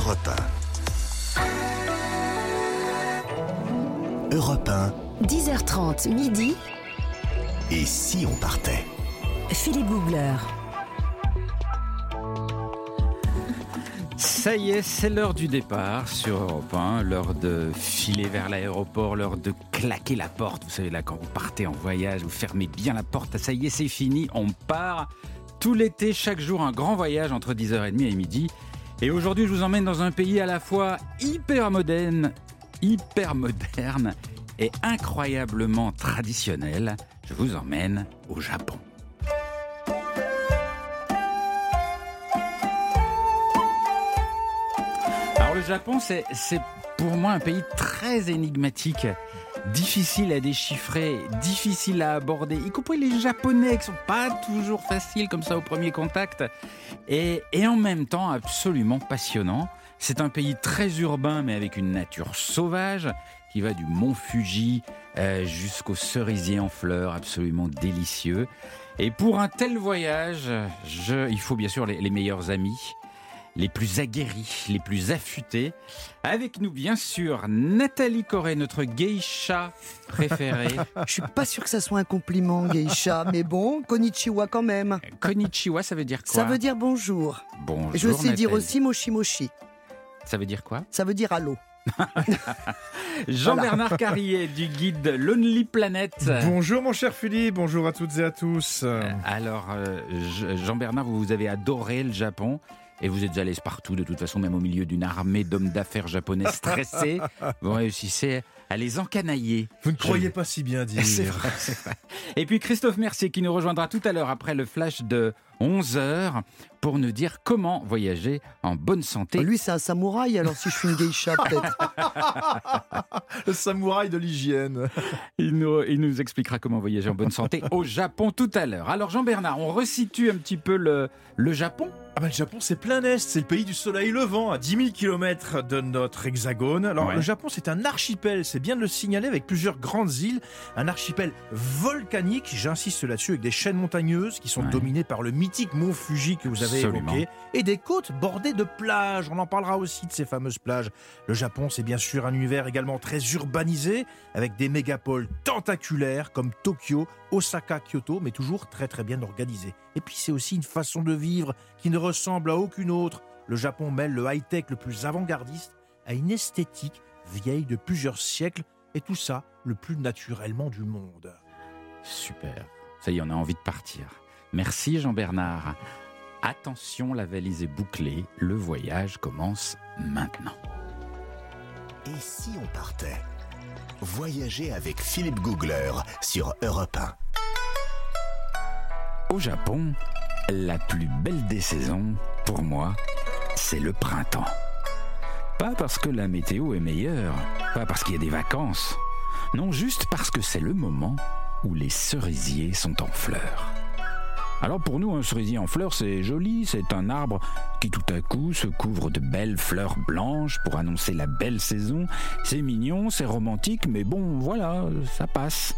Europe 1. Europe 1. 10h30 midi. Et si on partait? Philippe Googler. Ça y est, c'est l'heure du départ sur Europe 1, l'heure de filer vers l'aéroport, l'heure de claquer la porte. Vous savez, là, quand vous partez en voyage, vous fermez bien la porte. Ça y est, c'est fini, on part. Tout l'été, chaque jour, un grand voyage entre 10h30 et midi. Et aujourd'hui, je vous emmène dans un pays à la fois hyper moderne et incroyablement traditionnel. Je vous emmène au Japon. Alors le Japon, c'est pour moi un pays très énigmatique, difficile à déchiffrer, difficile à aborder, y compris les Japonais qui sont pas toujours faciles comme ça au premier contact, et en même temps absolument passionnant. C'est un pays très urbain mais avec une nature sauvage qui va du mont Fuji jusqu'aux cerisiers en fleurs, absolument délicieux. Et pour un tel voyage, il faut bien sûr les meilleurs amis, les plus aguerris, les plus affûtés. Avec nous, bien sûr, Nathalie Corée, notre geisha préférée. Je suis pas sûr que ça soit un compliment, geisha, mais bon, konnichiwa quand même. Konnichiwa, ça veut dire quoi? Ça veut dire bonjour. Bonjour, Je sais Nathalie. dire aussi moshi moshi. Ça veut dire quoi? Ça veut dire allô. Jean-Bernard Carrier du guide Lonely Planet. Bonjour mon cher Philippe, bonjour à toutes et à tous. Alors, Jean-Bernard, vous avez adoré le Japon. Et vous êtes allé partout, de toute façon, même au milieu d'une armée d'hommes d'affaires japonais stressés. Vous réussissez à les encanailler. Vous ne croyez pas si bien dire. C'est vrai, c'est vrai. Et puis Christophe Mercier qui nous rejoindra tout à l'heure après le flash de 11h pour nous dire comment voyager en bonne santé. Lui, c'est un samouraï, alors si je suis une geisha, peut-être. Le samouraï de l'hygiène. Il nous expliquera comment voyager en bonne santé au Japon tout à l'heure. Alors Jean-Bernard, on resitue un petit peu le Japon. Le Japon, c'est plein est, c'est le pays du soleil levant, à 10 000 km de notre hexagone. Alors, Le Japon, c'est un archipel, c'est bien de le signaler, avec plusieurs grandes îles. Un archipel volcanique, j'insiste là-dessus, avec des chaînes montagneuses qui sont dominées par le mythique mont Fuji que vous avez évoqué, et des côtes bordées de plages. On en parlera aussi de ces fameuses plages. Le Japon, c'est bien sûr un univers également très urbanisé, avec des mégapoles tentaculaires comme Tokyo, Osaka, Kyoto, mais toujours très très bien organisé. Et puis c'est aussi une façon de vivre qui ne ressemble à aucune autre. Le Japon mêle le high-tech le plus avant-gardiste à une esthétique vieille de plusieurs siècles, et tout ça le plus naturellement du monde. Super, ça y est, on a envie de partir. Merci Jean-Bernard. Attention, la valise est bouclée, le voyage commence maintenant. Et si on partait? Voyager avec Philippe Googler sur Europe 1. Au Japon, la plus belle des saisons, pour moi, c'est le printemps. Pas parce que la météo est meilleure, pas parce qu'il y a des vacances. Non, juste parce que c'est le moment où les cerisiers sont en fleurs. Alors pour nous, un cerisier en fleurs, c'est joli, c'est un arbre qui tout à coup se couvre de belles fleurs blanches pour annoncer la belle saison. C'est mignon, c'est romantique, mais bon, voilà, ça passe.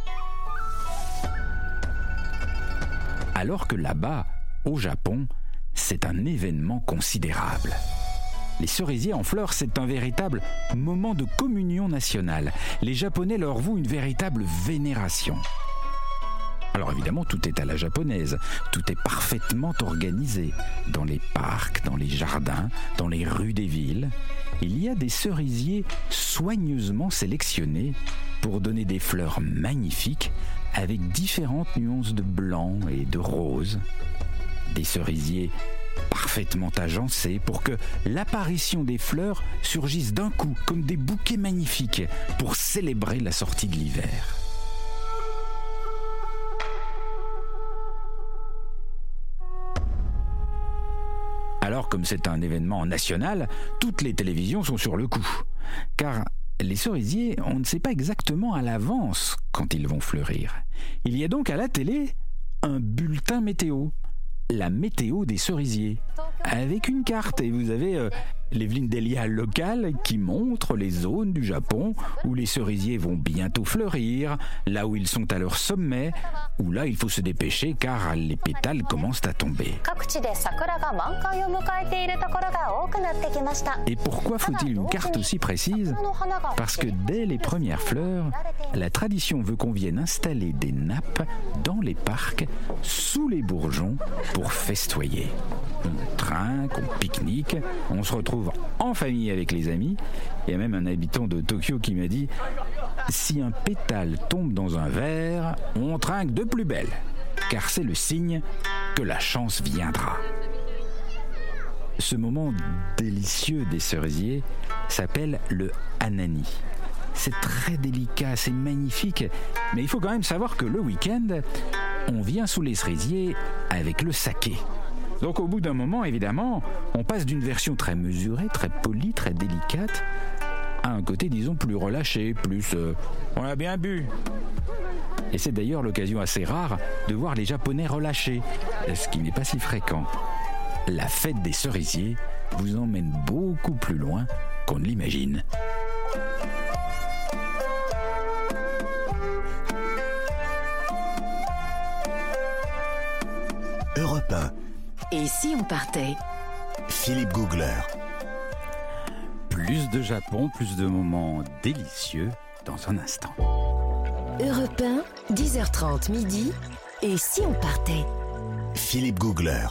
Alors que là-bas, au Japon, c'est un événement considérable. Les cerisiers en fleurs, c'est un véritable moment de communion nationale. Les Japonais leur vouent une véritable vénération. Alors évidemment, tout est à la japonaise, tout est parfaitement organisé. Dans les parcs, dans les jardins, dans les rues des villes, il y a des cerisiers soigneusement sélectionnés pour donner des fleurs magnifiques avec différentes nuances de blanc et de rose. Des cerisiers parfaitement agencés pour que l'apparition des fleurs surgisse d'un coup comme des bouquets magnifiques pour célébrer la sortie de l'hiver. Alors, comme c'est un événement national, toutes les télévisions sont sur le coup. Car les cerisiers, on ne sait pas exactement à l'avance quand ils vont fleurir. Il y a donc à la télé un bulletin météo, la météo des cerisiers, avec une carte. Et vous avez L'Evelyne Delia locale qui montre les zones du Japon où les cerisiers vont bientôt fleurir, là où ils sont à leur sommet, où là il faut se dépêcher car les pétales commencent à tomber. Et pourquoi faut-il une carte aussi précise ? Parce que dès les premières fleurs, la tradition veut qu'on vienne installer des nappes dans les parcs, sous les bourgeons, pour festoyer. On trinque, on pique-nique, on se retrouve en famille avec les amis. Il y a même un habitant de Tokyo qui m'a dit « Si un pétale tombe dans un verre, on trinque de plus belle, car c'est le signe que la chance viendra. » Ce moment délicieux des cerisiers s'appelle le hanami. C'est très délicat, c'est magnifique, mais il faut quand même savoir que le week-end, on vient sous les cerisiers avec le saké. Donc au bout d'un moment, évidemment, on passe d'une version très mesurée, très polie, très délicate, à un côté, disons, plus relâché, plus on a bien bu. Et c'est d'ailleurs l'occasion assez rare de voir les Japonais relâchés, ce qui n'est pas si fréquent. La fête des cerisiers vous emmène beaucoup plus loin qu'on ne l'imagine. Europe 1. Et si on partait ? Philippe Googler. Plus de Japon, plus de moments délicieux dans un instant. Europe 1, 10h30 midi. Et si on partait ? Philippe Googler.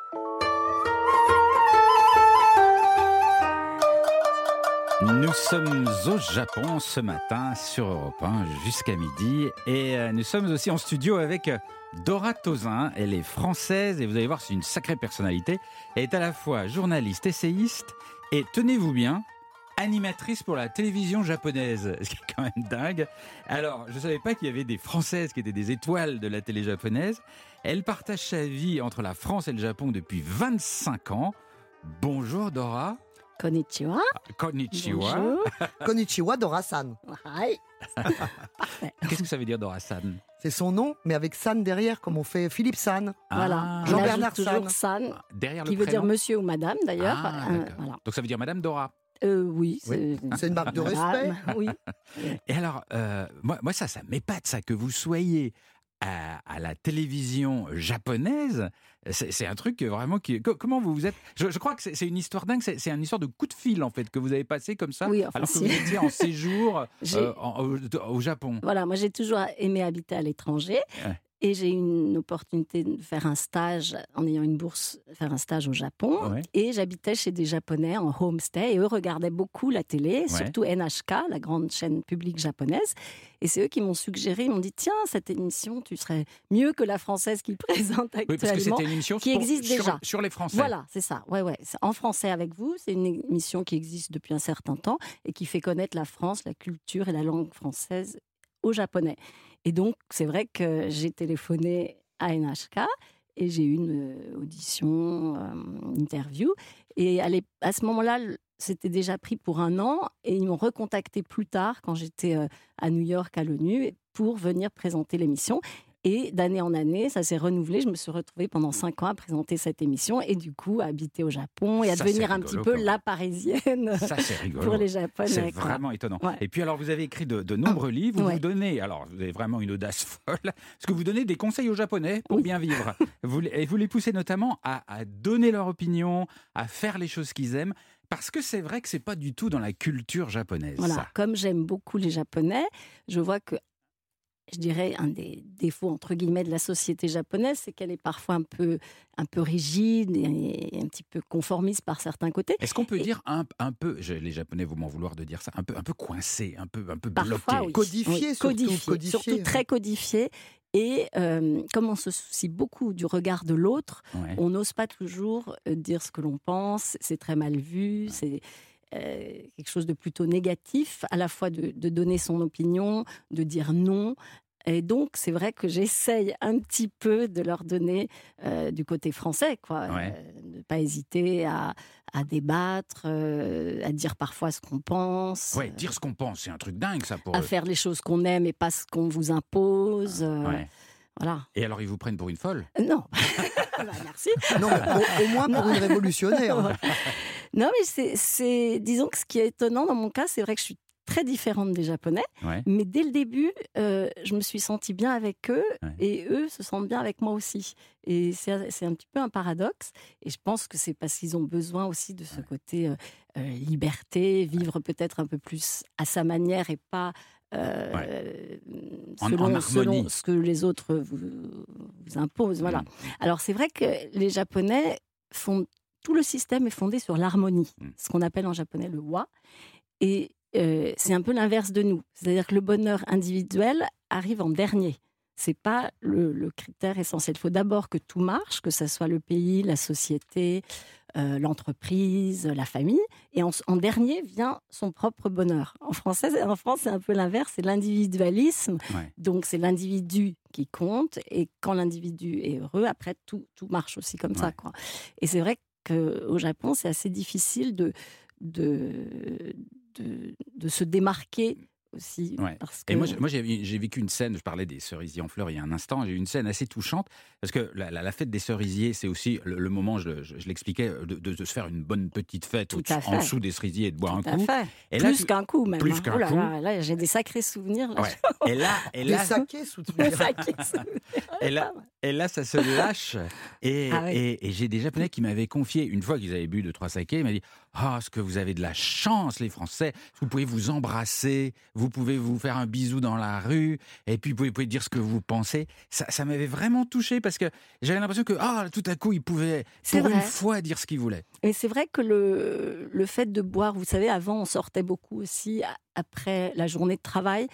Nous sommes au Japon ce matin sur Europe 1 jusqu'à midi et nous sommes aussi en studio avec Dora Tozin. Elle est française et vous allez voir, c'est une sacrée personnalité. Elle est à la fois journaliste, essayiste et, tenez-vous bien, animatrice pour la télévision japonaise, ce qui est quand même dingue. Alors, je ne savais pas qu'il y avait des Françaises qui étaient des étoiles de la télé japonaise. Elle partage sa vie entre la France et le Japon depuis 25 ans. Bonjour Dora. Konnichiwa. Konnichiwa. Bonjour. Konnichiwa Dora-san. Hi. Qu'est-ce que ça veut dire Dora-san ? C'est son nom, mais avec San derrière, comme on fait Philippe San. Voilà. Jean-Bernard toujours San. San, Derrière le qui veut prénom. dire monsieur ou madame d'ailleurs. Ah, d'accord. Voilà. Donc ça veut dire Madame Dora. Oui, C'est une marque de respect. Oui. Et alors, moi ça m'épate ça, que vous soyez à la télévision japonaise. C'est un truc vraiment qui... Comment vous êtes... Je crois que c'est une histoire dingue, c'est une histoire de coup de fil en fait, que vous avez passé comme ça, Oui, enfin, alors que vous étiez en séjour au Japon. Voilà, moi j'ai toujours aimé habiter à l'étranger. Ouais. Et j'ai eu une opportunité de faire un stage, en ayant une bourse, faire un stage au Japon. Ouais. Et j'habitais chez des Japonais en homestay. Et eux regardaient beaucoup la télé, Ouais. surtout NHK, la grande chaîne publique japonaise. Et c'est eux qui m'ont suggéré, ils m'ont dit, tiens, cette émission, tu serais mieux que la française qu'ils présentent actuellement. Oui, parce que c'était une émission qui existe déjà. sur les Français. Voilà, c'est ça. Ouais. C'est en français avec vous. C'est une émission qui existe depuis un certain temps et qui fait connaître la France, la culture et la langue française aux Japonais. Et donc, c'est vrai que j'ai téléphoné à NHK et j'ai eu une audition, une interview. Et à ce moment-là, c'était déjà pris pour 1 an et ils m'ont recontacté plus tard, quand j'étais à New York, à l'ONU, pour venir présenter l'émission. Et d'année en année, ça s'est renouvelé. Je me suis retrouvée pendant 5 ans à présenter cette émission et du coup à habiter au Japon et à Ça, devenir c'est un petit rigolo, peu quand même. la Parisienne Ça, c'est rigolo. pour les Japonais. C'est quoi. vraiment étonnant. Ouais. Et puis alors, vous avez écrit de nombreux livres. Vous Ouais. vous donnez, alors vous avez vraiment une audace folle, parce que vous donnez des conseils aux Japonais pour Oui. bien vivre. Et vous les poussez notamment à donner leur opinion, à faire les choses qu'ils aiment, parce que c'est vrai que c'est pas du tout dans la culture japonaise. Voilà, Ça. comme j'aime beaucoup les Japonais, je vois que, je dirais, un des défauts, entre guillemets, de la société japonaise, c'est qu'elle est parfois un peu rigide et un petit peu conformiste par certains côtés. Est-ce qu'on peut dire un peu, les Japonais vont m'en vouloir de dire ça, un peu coincé, un peu bloqué. Parfois, oui. Codifié, surtout. Codifié, surtout ouais. très codifié. Et comme on se soucie beaucoup du regard de l'autre, Ouais. on n'ose pas toujours dire ce que l'on pense. C'est très mal vu. C'est quelque chose de plutôt négatif, à la fois de donner son opinion, de dire non. Et donc, c'est vrai que j'essaye un petit peu de leur donner du côté français, quoi. Ouais. De ne pas hésiter à débattre, à dire parfois ce qu'on pense. Ouais, dire ce qu'on pense, c'est un truc dingue ça pour À eux. faire les choses qu'on aime et pas ce qu'on vous impose. Ouais. Voilà. Et alors ils vous prennent pour une folle? Non. Bah, merci. Non, mais au moins pour une révolutionnaire. Non, mais disons que ce qui est étonnant dans mon cas, c'est vrai que je suis très différente des Japonais, mais dès le début, je me suis sentie bien avec eux et eux se sentent bien avec moi aussi. Et c'est un petit peu un paradoxe. Et je pense que c'est parce qu'ils ont besoin aussi de ce côté liberté, vivre peut-être un peu plus à sa manière et pas selon ce que les autres vous imposent. Voilà. Alors c'est vrai que les Japonais tout le système est fondé sur l'harmonie, ce qu'on appelle en japonais le wa. Et c'est un peu l'inverse de nous. C'est-à-dire que le bonheur individuel arrive en dernier. Ce n'est pas le critère essentiel. Il faut d'abord que tout marche, que ce soit le pays, la société, l'entreprise, la famille. Et en dernier vient son propre bonheur. En France, c'est un peu l'inverse. C'est l'individualisme. Donc, c'est l'individu qui compte. Et quand l'individu est heureux, après, tout marche aussi comme ça, quoi. Et c'est vrai qu'au Japon, c'est assez difficile de se démarquer aussi. Parce que... Et moi j'ai vécu une scène, je parlais des cerisiers en fleurs il y a un instant, j'ai eu une scène assez touchante, parce que la fête des cerisiers, c'est aussi le moment, je l'expliquais, de se faire une bonne petite fête en dessous des cerisiers et de boire un coup. Et plus qu'un coup même. Plus qu'un coup. Là, j'ai des sacrés souvenirs. Là. Et là, des sakés souvenirs. Et là, ça se lâche. Et j'ai des Japonais qui m'avaient confié, une fois qu'ils avaient bu 2-3 sakés, ils m'ont dit « Ah, est-ce que vous avez de la chance, les Français, vous pouvez vous embrasser, vous pouvez vous faire un bisou dans la rue, et puis vous pouvez dire ce que vous pensez. » Ça m'avait vraiment touché, parce que j'avais l'impression que tout à coup, ils pouvaient, une fois, dire ce qu'ils voulaient. Et c'est vrai que le fait de boire, vous savez, avant, on sortait beaucoup aussi après la journée de travail,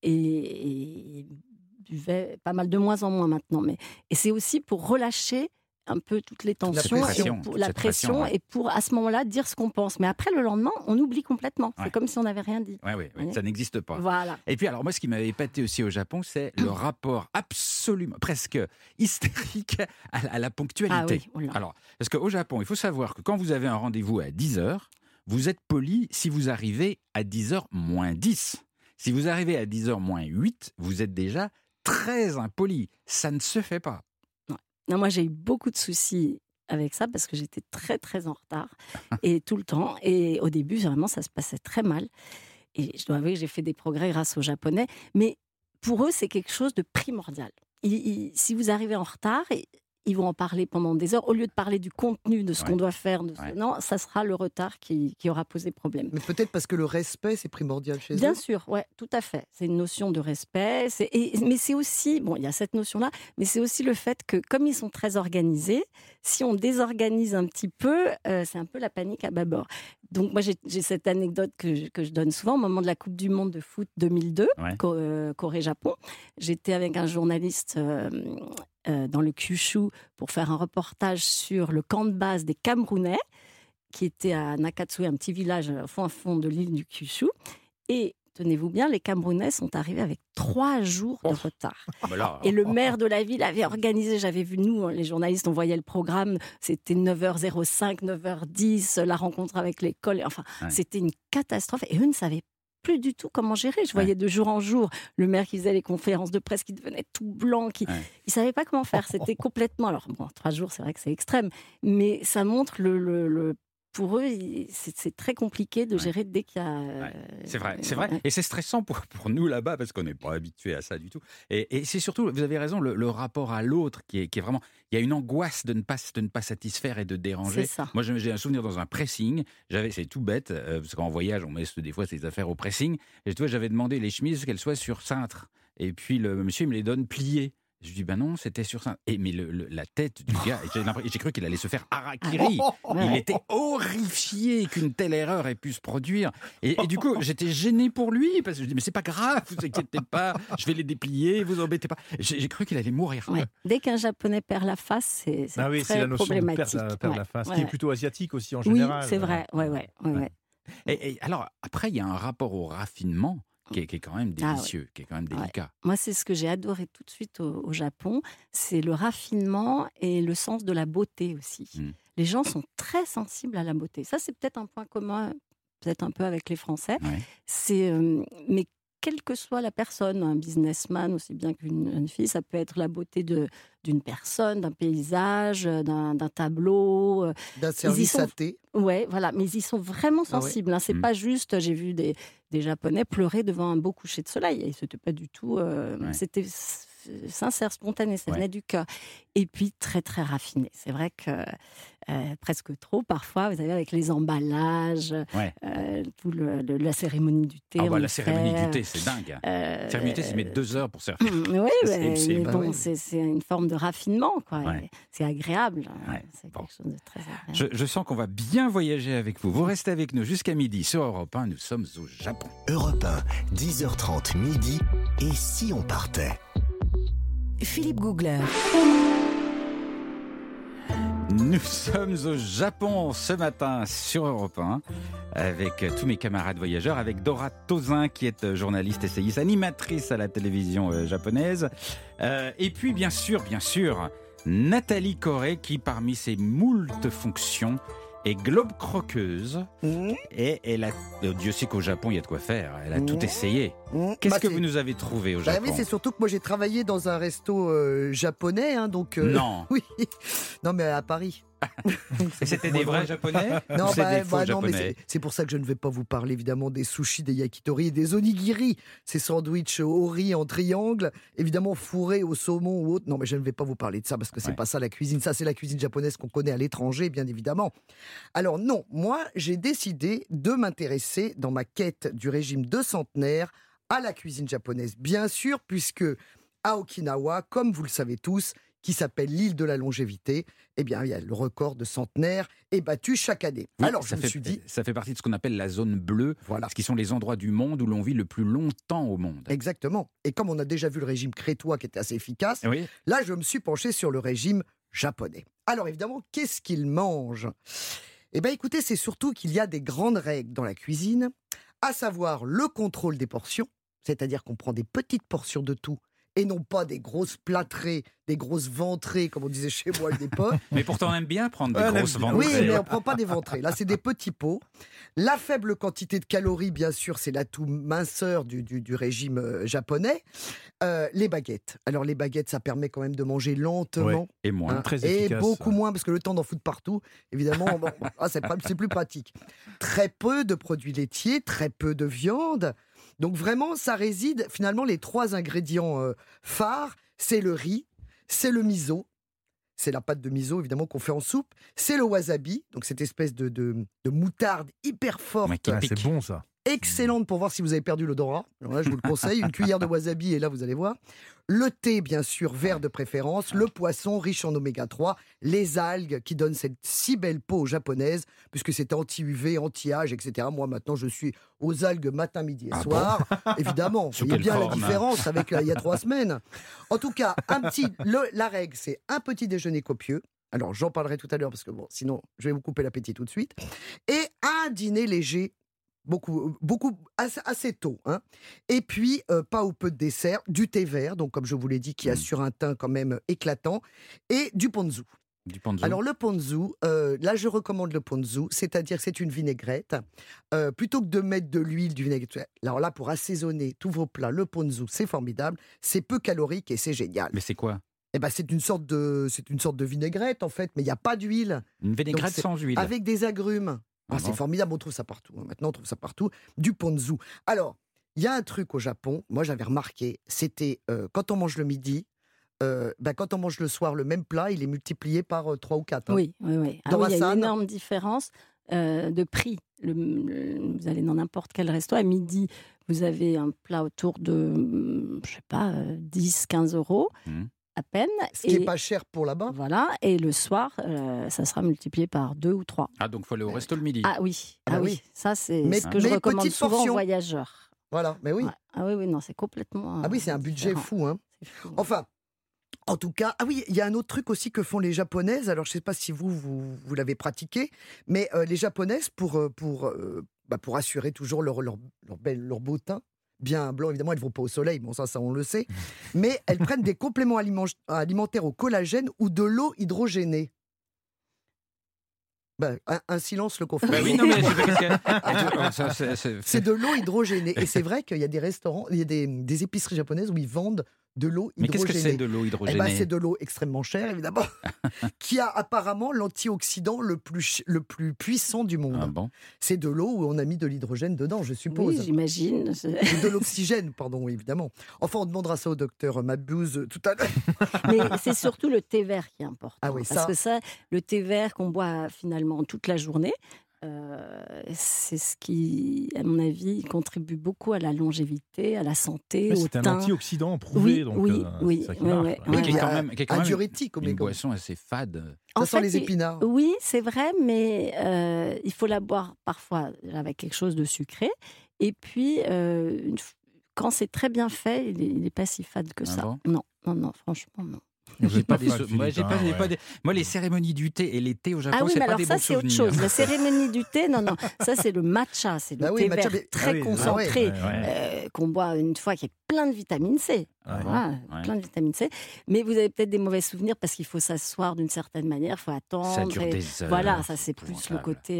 et buvait pas mal, de moins en moins maintenant. Et c'est aussi pour relâcher un peu toutes les tensions, la pression, et pour à ce moment-là dire ce qu'on pense. Mais après, le lendemain, on oublie complètement. C'est comme si on n'avait rien dit. Oui, ça n'existe pas. Voilà. Et puis alors, moi, ce qui m'avait épaté aussi au Japon, c'est le rapport absolument, presque hystérique à la ponctualité. Alors, parce qu'au Japon, il faut savoir que quand vous avez un rendez-vous à 10h, vous êtes poli si vous arrivez à 10h moins 10. Si vous arrivez à 10h moins 8, vous êtes déjà très impoli. Ça ne se fait pas. Non, moi, j'ai eu beaucoup de soucis avec ça parce que j'étais très, très en retard et tout le temps. Et au début, vraiment, ça se passait très mal. Et je dois avouer que j'ai fait des progrès grâce aux Japonais. Mais pour eux, c'est quelque chose de primordial. Si vous arrivez en retard, ils vont en parler pendant des heures. Au lieu de parler du contenu, de ce qu'on doit faire, non, ça sera le retard qui aura posé problème. Mais peut-être parce que le respect, c'est primordial chez eux. Bien sûr, ouais, tout à fait. C'est une notion de respect. Mais c'est aussi, il y a cette notion-là, mais c'est aussi le fait que, comme ils sont très organisés, si on désorganise un petit peu, c'est un peu la panique à bâbord. Donc moi, j'ai cette anecdote que je donne souvent. Au moment de la Coupe du Monde de foot 2002, Corée-Japon, j'étais avec un journaliste dans le Kyushu pour faire un reportage sur le camp de base des Camerounais qui était à Nakatsue, un petit village au fond de l'île du Kyushu. Et tenez-vous bien, les Camerounais sont arrivés avec 3 jours de retard. Et le maire de la ville avait organisé, j'avais vu, nous, les journalistes, on voyait le programme, c'était 9h05, 9h10, la rencontre avec l'école. Enfin, c'était une catastrophe. Et eux ne savaient plus du tout comment gérer. Je voyais de jour en jour le maire qui faisait les conférences de presse, qui devenait tout blanc, il ne savait pas comment faire. C'était complètement... Alors, 3 jours, c'est vrai que c'est extrême, mais ça montre pour eux, c'est très compliqué de gérer dès qu'il y a... C'est vrai. Et c'est stressant pour nous là-bas, parce qu'on n'est pas habitué à ça du tout. Et c'est surtout, vous avez raison, le rapport à l'autre qui est vraiment... Il y a une angoisse de ne pas satisfaire et de déranger. C'est ça. Moi, j'ai un souvenir dans un pressing. C'est tout bête, parce qu'en voyage, on met des fois ses affaires au pressing. Et tu vois, j'avais demandé les chemises qu'elles soient sur cintre. Et puis, le monsieur, il me les donne pliées. Je dis, non, c'était sur ça. Mais la tête du gars, j'ai cru qu'il allait se faire harakiri. Il était horrifié qu'une telle erreur ait pu se produire. Et du coup, j'étais gêné pour lui, parce que je dis, mais c'est pas grave, vous inquiétez pas, je vais les déplier, vous embêtez pas. J'ai cru qu'il allait mourir. Ouais. Dès qu'un Japonais perd la face, c'est c'est la notion problématique. De perdre la face, qui est plutôt asiatique aussi en général. Oui, c'est vrai. Ouais. Et alors, après, il y a un rapport au raffinement qui est quand même délicieux, qui est quand même délicat. Moi, c'est ce que j'ai adoré tout de suite au Japon, c'est le raffinement et le sens de la beauté aussi. Les gens sont très sensibles à la beauté. Ça, c'est peut-être un point commun, peut-être un peu avec les Français. Mais quelle que soit la personne, un businessman aussi bien qu'une fille, ça peut être la beauté d'une personne, d'un paysage, d'un tableau. D'un service à thé. Ouais, voilà, mais ils sont vraiment sensibles. Ah ouais. Hein. C'est pas juste, j'ai vu des Japonais pleurer devant un beau coucher de soleil. Et c'était pas du tout. C'était sincère, spontané, ça venait du cœur. Et puis très très raffiné. C'est vrai que presque trop parfois. Vous savez, avec les emballages, tout la cérémonie du thé. La cérémonie du thé, c'est dingue. La cérémonie du thé, c'est mettre 2 heures pour se faire. Oui, mais bon, c'est une forme de raffinement, quoi. Ouais. C'est agréable. C'est Bon. quelque chose de très agréable. Je sens qu'on va bien voyager avec vous. Vous restez avec nous jusqu'à midi sur Europe 1. Nous sommes au Japon. Europe 1, 10h30 midi. Et si on partait? Philippe Googler. Nous sommes au Japon ce matin sur Europe 1 avec tous mes camarades voyageurs, avec Dora Tozin qui est journaliste, essayiste, animatrice à la télévision japonaise. Et puis bien sûr, Nathalie Corée qui parmi ses moultes fonctions est globe croqueuse. Et elle a, Dieu sait qu'au Japon il y a de quoi faire, elle a tout essayé. Qu'est-ce que vous nous avez trouvé au Japon? Oui, c'est surtout que moi j'ai travaillé dans un resto japonais, hein, donc. Non. Oui. Non, mais à Paris. Et c'était des vrais japonais? Non, ou c'est des faux non, japonais? mais c'est pour ça que je ne vais pas vous parler évidemment des sushis, des yakitori et des onigiri, ces sandwichs au riz en triangle, évidemment fourrés au saumon ou autre. Non, mais je ne vais pas vous parler de ça parce que c'est pas ça la cuisine. Ça, c'est la cuisine japonaise qu'on connaît à l'étranger, bien évidemment. Alors non, moi j'ai décidé de m'intéresser dans ma quête du régime de centenaire à la cuisine japonaise, bien sûr, puisque à Okinawa, comme vous le savez tous, qui s'appelle l'île de la longévité, eh bien, il y a le record de centenaire est battu chaque année. Oui, alors, je me suis dit... Ça fait partie de ce qu'on appelle la zone bleue, Voilà. ce qui sont les endroits du monde où l'on vit le plus longtemps au monde. Exactement. Et comme on a déjà vu le régime crétois qui était assez efficace, Oui. là, je me suis penché sur le régime japonais. Alors, évidemment, qu'est-ce qu'ils mangent? Eh bien, écoutez, c'est surtout qu'il y a des grandes règles dans la cuisine, à savoir le contrôle des portions, c'est-à-dire qu'on prend des petites portions de tout, et non pas des grosses plâtrées, des grosses ventrées, comme on disait chez moi à l'époque. Mais pourtant, on aime bien prendre des grosses ventrées. Oui, mais on ne prend pas des ventrées. Là, c'est des petits pots. La faible quantité de calories, bien sûr, c'est l'atout minceur du régime japonais. Les baguettes. Alors, les baguettes, ça permet quand même de manger lentement. Et moins. Très et efficace. beaucoup moins, parce que le temps d'en foutre partout, évidemment, c'est plus pratique. Très peu de produits laitiers, très peu de viande. Donc vraiment, ça réside, finalement, les 3 ingrédients phares, c'est le riz, c'est le miso, c'est la pâte de miso, évidemment, qu'on fait en soupe, c'est le wasabi, donc cette espèce de moutarde hyper forte, C'est bon ça. excellente pour voir si vous avez perdu l'odorat. Alors là, je vous le conseille, une cuillère de wasabi, et là, vous allez voir. Le thé, bien sûr, vert de préférence, le poisson riche en oméga 3, les algues qui donnent cette si belle peau japonaise, puisque c'est anti-UV, anti-âge, etc. Moi, maintenant, je suis aux algues matin, midi et soir. Évidemment, vous voyez bien la différence avec il y a 3 semaines. En tout cas, la règle, c'est un petit déjeuner copieux. Alors, j'en parlerai tout à l'heure, parce que bon, sinon, je vais vous couper l'appétit tout de suite. Et un dîner léger, beaucoup, assez tôt, hein. Et puis pas ou peu de dessert, du thé vert, donc comme je vous l'ai dit, qui assure un teint quand même éclatant, et du ponzu. Du ponzu. Alors le ponzu, là je recommande le ponzu, c'est-à-dire que c'est une vinaigrette. Plutôt que de mettre de l'huile, du vinaigre, alors là pour assaisonner tous vos plats, le ponzu c'est formidable, c'est peu calorique et c'est génial. Mais c'est quoi? Eh ben, c'est une sorte de vinaigrette en fait, mais il n'y a pas d'huile. Une vinaigrette Donc, c'est sans huile. Avec des agrumes. C'est formidable, on trouve ça partout. Maintenant, on trouve ça partout. Du ponzu. Alors, il y a un truc au Japon, moi j'avais remarqué, c'était quand on mange le midi, quand on mange le soir, le même plat, il est multiplié par 3 ou 4. Hein. Oui. Ah oui, il y a une énorme différence de prix. Vous allez dans n'importe quel resto, à midi, vous avez un plat autour de, je sais pas, 10, 15 euros. À peine. Ce qui n'est pas cher pour là-bas. Voilà, et le soir, ça sera multiplié par 2 ou 3. Ah, donc il faut aller au resto le midi. Ah oui, ça c'est ce que je recommande souvent aux voyageurs. Voilà, mais oui. Ouais. Ah oui, non, c'est complètement... Ah oui, c'est un budget fou, hein. C'est fou. Enfin, en tout cas, ah oui, il y a un autre truc aussi que font les Japonaises, alors je ne sais pas si vous l'avez pratiqué, mais les Japonaises, pour assurer toujours leur beau teint, bien blanc, évidemment, elles ne vont pas au soleil, bon ça on le sait, mais elles prennent des compléments alimentaires au collagène ou de l'eau hydrogénée. Un silence le confirme. Bah oui, non, mais je sais pas qu'est-ce que C'est de l'eau hydrogénée. Et c'est vrai qu'il y a des restaurants, il y a des épiceries japonaises où ils vendent de l'eau Mais hydrogénée. qu'est-ce que c'est de l'eau hydrogénée? C'est de l'eau extrêmement chère, évidemment, qui a apparemment l'antioxydant le plus puissant du monde. Ah bon? C'est de l'eau où on a mis de l'hydrogène dedans, je suppose. Oui, j'imagine. Ou de l'oxygène, pardon, oui, évidemment. Enfin, on demandera ça au docteur Mabuse tout à l'heure. Mais c'est surtout le thé vert qui est important. Ah oui, parce que ça, le thé vert qu'on boit finalement toute la journée, c'est ce qui, à mon avis, contribue beaucoup à la longévité, à la santé, Mais au c'est un teint. antioxydant prouvé, donc oui, c'est ça qui ouais, marche, ouais, ouais. Mais qui est ouais. quand même, qui est quand Un même diurétique, une oméga. boisson assez fade. Ça En sent fait, les épinards. Oui, c'est vrai, mais il faut la boire parfois avec quelque chose de sucré. Et puis, quand c'est très bien fait, il n'est pas si fade que Ah ça. bon? Non, franchement, non. Vous êtes pas fan, Moi, Philippe, j'ai hein, pas ouais. moi, les cérémonies du thé et les thés au Japon, Ah oui, c'est mais pas alors des ça, bons c'est autre souvenirs. chose. La cérémonie du thé, non, ça, c'est le matcha. C'est le Bah oui, thé matcha, vert mais- très Ah oui, concentré ouais. qu'on boit une fois, qui est plein de vitamine C. Ah bon? Voilà, Ouais. plein de vitamine C. Mais vous avez peut-être des mauvais souvenirs parce qu'il faut s'asseoir d'une certaine manière, il faut attendre. Ça dure et- des heures. Voilà, ça c'est plus le Épouvantable. côté.